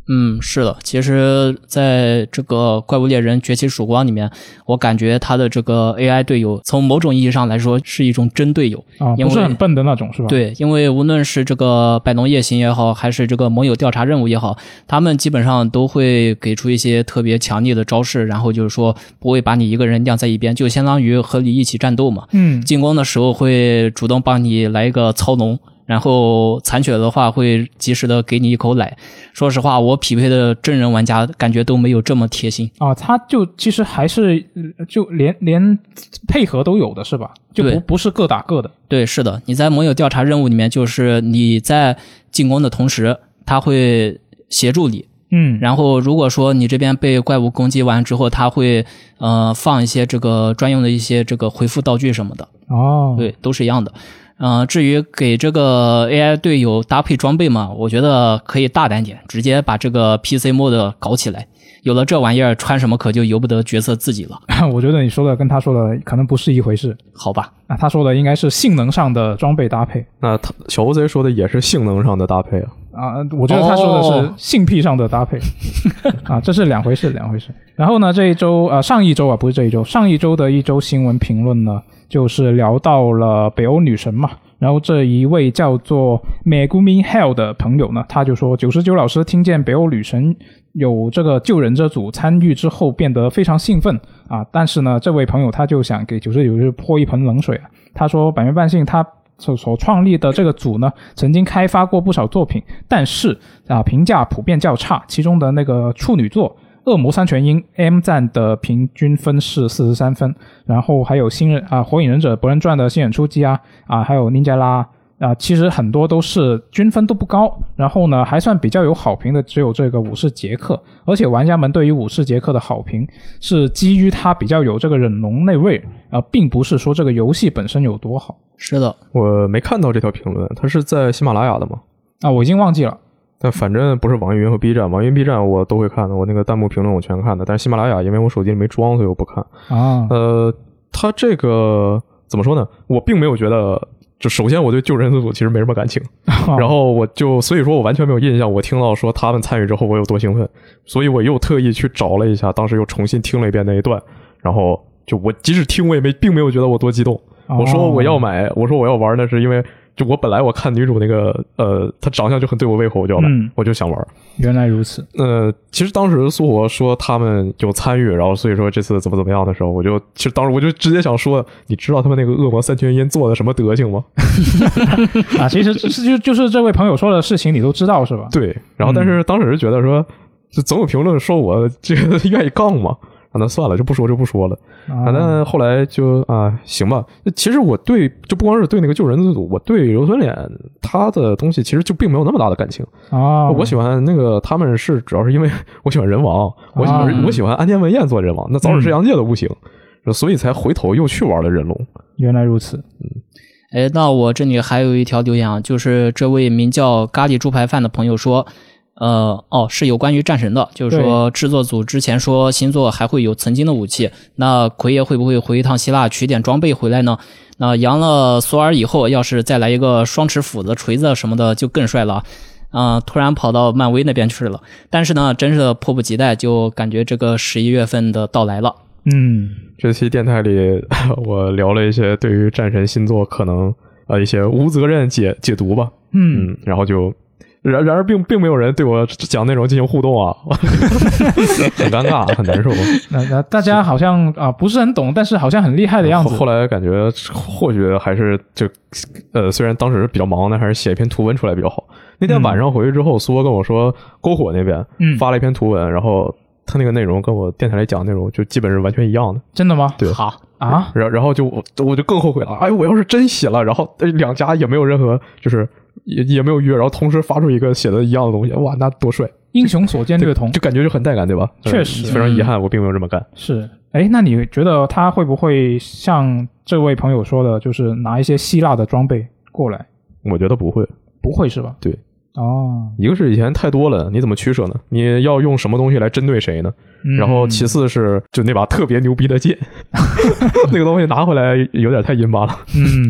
嗯，是的，其实在这个怪物猎人崛起曙光里面，我感觉他的这个 A I 队友从某种意义上来说是一种真队友
啊，不是很笨的那种是吧？
对，因为无论是这个百龙夜行也好，还是这个盟友调查任务也好，他们基本上都会给出一些特别强力的招式，然后就是说不会把你一个人晾在一边，就相当于和你一起战斗嘛。
嗯，
进攻的时候会主动帮你来一个操农，然后残血的话会及时的给你一口奶。说实话，我匹配的真人玩家感觉都没有这么贴心
啊。他就其实还是就连连配合都有的是吧？就不不是各打各的。
对，是的。你在盟友调查任务里面，就是你在进攻的同时，他会协助你。
嗯，
然后如果说你这边被怪物攻击完之后，他会呃放一些这个专用的一些这个回复道具什么的。
哦，
对，都是一样的。呃，至于给这个 A I 队友搭配装备嘛，我觉得可以大胆点，直接把这个 P C mode 搞起来。有了这玩意儿，穿什么可就由不得角色自己了。
我觉得你说的跟他说的可能不是一回事。
好吧，
那他说的应该是性能上的装备搭配。
那他小乌贼说的也是性能上的搭配啊。
啊，我觉得他说的是性癖上的搭配。哦、啊，这是两回事，两回事。然后呢，这一周啊、呃，上一周啊，不是这一周，上一周的一周新闻评论呢，就是聊到了北欧女神嘛。然后这一位叫做 Megumi Hell 的朋友呢，他就说九十九老师听见北欧女神有这个救人这组参与之后变得非常兴奋啊，但是呢这位朋友他就想给九十九泼一盆冷水啊。他说百面半信他所所创立的这个组呢，曾经开发过不少作品，但是啊评价普遍较差，其中的那个处女作恶魔三全鹰 M 站的平均分是四十三分，然后还有新人啊火影忍者博人传的新人出击啊啊还有 Ninja 拉啊，其实很多都是均分都不高，然后呢还算比较有好评的只有这个武士杰克，而且玩家们对于武士杰克的好评是基于它比较有这个忍龙那味啊，并不是说这个游戏本身有多好。
是的，
我没看到这条评论，它是在喜马拉雅的吗？
啊，我已经忘记了。
但反正不是网易云和 B 站，网易云 B 站我都会看的，我那个弹幕评论我全看的，但是喜马拉雅因为我手机里没装，所以我不看
啊。
呃，它这个怎么说呢？我并没有觉得，就首先我对救人组其实没什么感情，
啊、
然后我就所以说我完全没有印象，我听到说他们参与之后我有多兴奋，所以我又特意去找了一下，当时又重新听了一遍那一段，然后就我即使听我也没并没有觉得我多激动。
哦、
我说我要买，我说我要玩，那是因为。就我本来我看女主那个呃，她长相就很对我胃口，我就要买、嗯，我就想玩。
原来如此。
呃，其实当时苏活说他们有参与，然后所以说这次怎么怎么样的时候，我就其实当时我就直接想说，你知道他们那个恶魔三全音做的什么德行吗？
啊，其实是就就是这位朋友说的事情你都知道是吧？
对。然后但是当时觉得说，就总有评论说我这个愿意杠嘛。啊，那算了，就不说就不说了。啊，那后来就啊，行吧。其实我对就不光是对那个救人组，我对硫酸脸他的东西其实就并没有那么大的感情
啊。
我喜欢那个他们是主要是因为我喜欢人王，我喜欢、啊、我喜欢安田文彦做人王，那早日之阳界都不行、嗯，所以才回头又去玩了人龙。
原来如此，
嗯。
哎，那我这里还有一条留言啊，就是这位名叫咖喱猪排饭的朋友说。呃哦，是有关于战神的，就是说制作组之前说新作还会有曾经的武器，那奎爷会不会回一趟希腊取点装备回来呢？那扬了索尔以后，要是再来一个双持斧子、锤子什么的，就更帅了啊、呃！突然跑到漫威那边去了，但是呢，真是迫不及待，就感觉这个十一月份的到来了。
嗯，这期电台里我聊了一些对于战神新作可能呃一些无责任解解读吧，
嗯,
嗯，然后就。然然而并并没有人对我讲内容进行互动啊，很尴尬，很难受。
那那大家好像啊不是很懂，但是好像很厉害的样子。
后, 后来感觉或许还是就呃，虽然当时比较忙，但还是写一篇图文出来比较好。那天晚上回去之后，苏、嗯、跟我说，篝火那边发了一篇图文，嗯、然后他那个内容跟我电台里讲的内容就基本是完全一样的。
真的吗？
对，
好
啊，
然然后就我我就更后悔了。哎，我要是真写了，然后两家也没有任何就是。也也没有约，然后同时发出一个写的一样的东西，哇，那多帅！
英雄所见略同，
就感觉就很带感，对吧？
确实，
非常遗憾，我并没有这么干。
是，哎，那你觉得他会不会像这位朋友说的，就是拿一些希腊的装备过来？
我觉得不会，
不会是吧？
对，
哦，
一个是以前太多了，你怎么取舍呢？你要用什么东西来针对谁呢？嗯、然后其次是就那把特别牛逼的剑，那个东西拿回来有点太阴巴了。
嗯。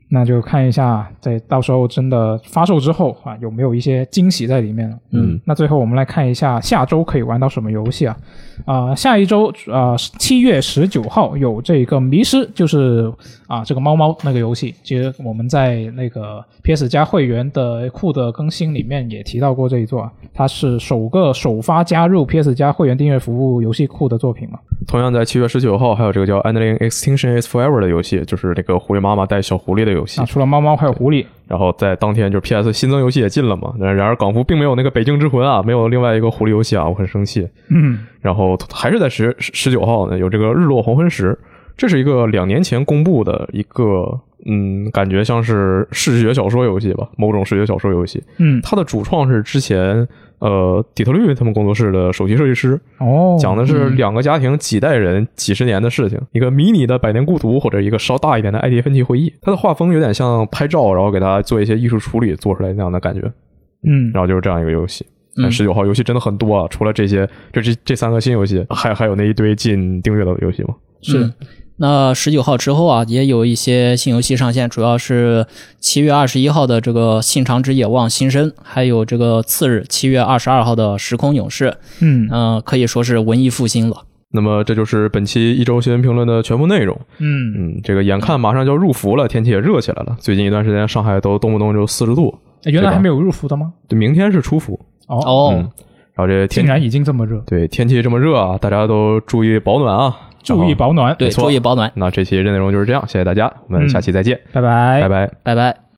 那就看一下在到时候真的发售之后啊，有没有一些惊喜在里面了。
嗯，
那最后我们来看一下下周可以玩到什么游戏啊？啊、呃，下一周啊，七月十九号有这个迷失，就是啊这个猫猫那个游戏。其实我们在那个 P S 加会员的库的更新里面也提到过这一作啊，它是首个首发加入 P S 加会员订阅服务游戏库的作品嘛。
同样在七月十九号还有这个叫 Endling Extinction is Forever 的游戏，就是那个狐狸妈妈带小狐狸的游戏。
啊，除了猫猫还有狐狸。
然后在当天就是 P S 新增游戏也进了嘛，然而港服并没有那个北京之魂啊，没有另外一个狐狸游戏啊，我很生气。
嗯，
然后还是在十十九号呢，有这个日落黄昏时，这是一个两年前公布的一个嗯，感觉像是视觉小说游戏吧，某种视觉小说游戏。
嗯，
它的主创是之前呃底特律他们工作室的首席设计师。
哦，
讲的是两个家庭几代人几十年的事情，嗯、一个迷你的百年孤独或者一个稍大一点的爱迪芬奇回忆。它的画风有点像拍照，然后给它做一些艺术处理做出来那样的感觉。
嗯，
然后就是这样一个游戏。但十九号游戏真的很多啊，除了这些，就这这三个新游戏，还还有那一堆进订阅的游戏吗？
是。嗯，那十九号之后啊，也有一些新游戏上线，主要是七月二十一号的这个《信长之野望新生》，还有这个次日七月二十二号的《时空勇士》。
嗯
呃，可以说是文艺复兴了。
那么这就是本期一周新闻评论的全部内容。
嗯
嗯，这个眼看马上就要入伏了，天气也热起来了。最近一段时间上海都动不动就四十度。
原来还没有入伏的吗？
对，明天是初伏。
哦
哦、
嗯，然后这天
竟然已经这么热。
对，天气这么热啊，大家都注意保暖啊。
注意保暖，
对，注意保暖。
那这期内容就是这样，谢谢大家，我们下期再见，
嗯、拜拜，
拜拜，
拜拜。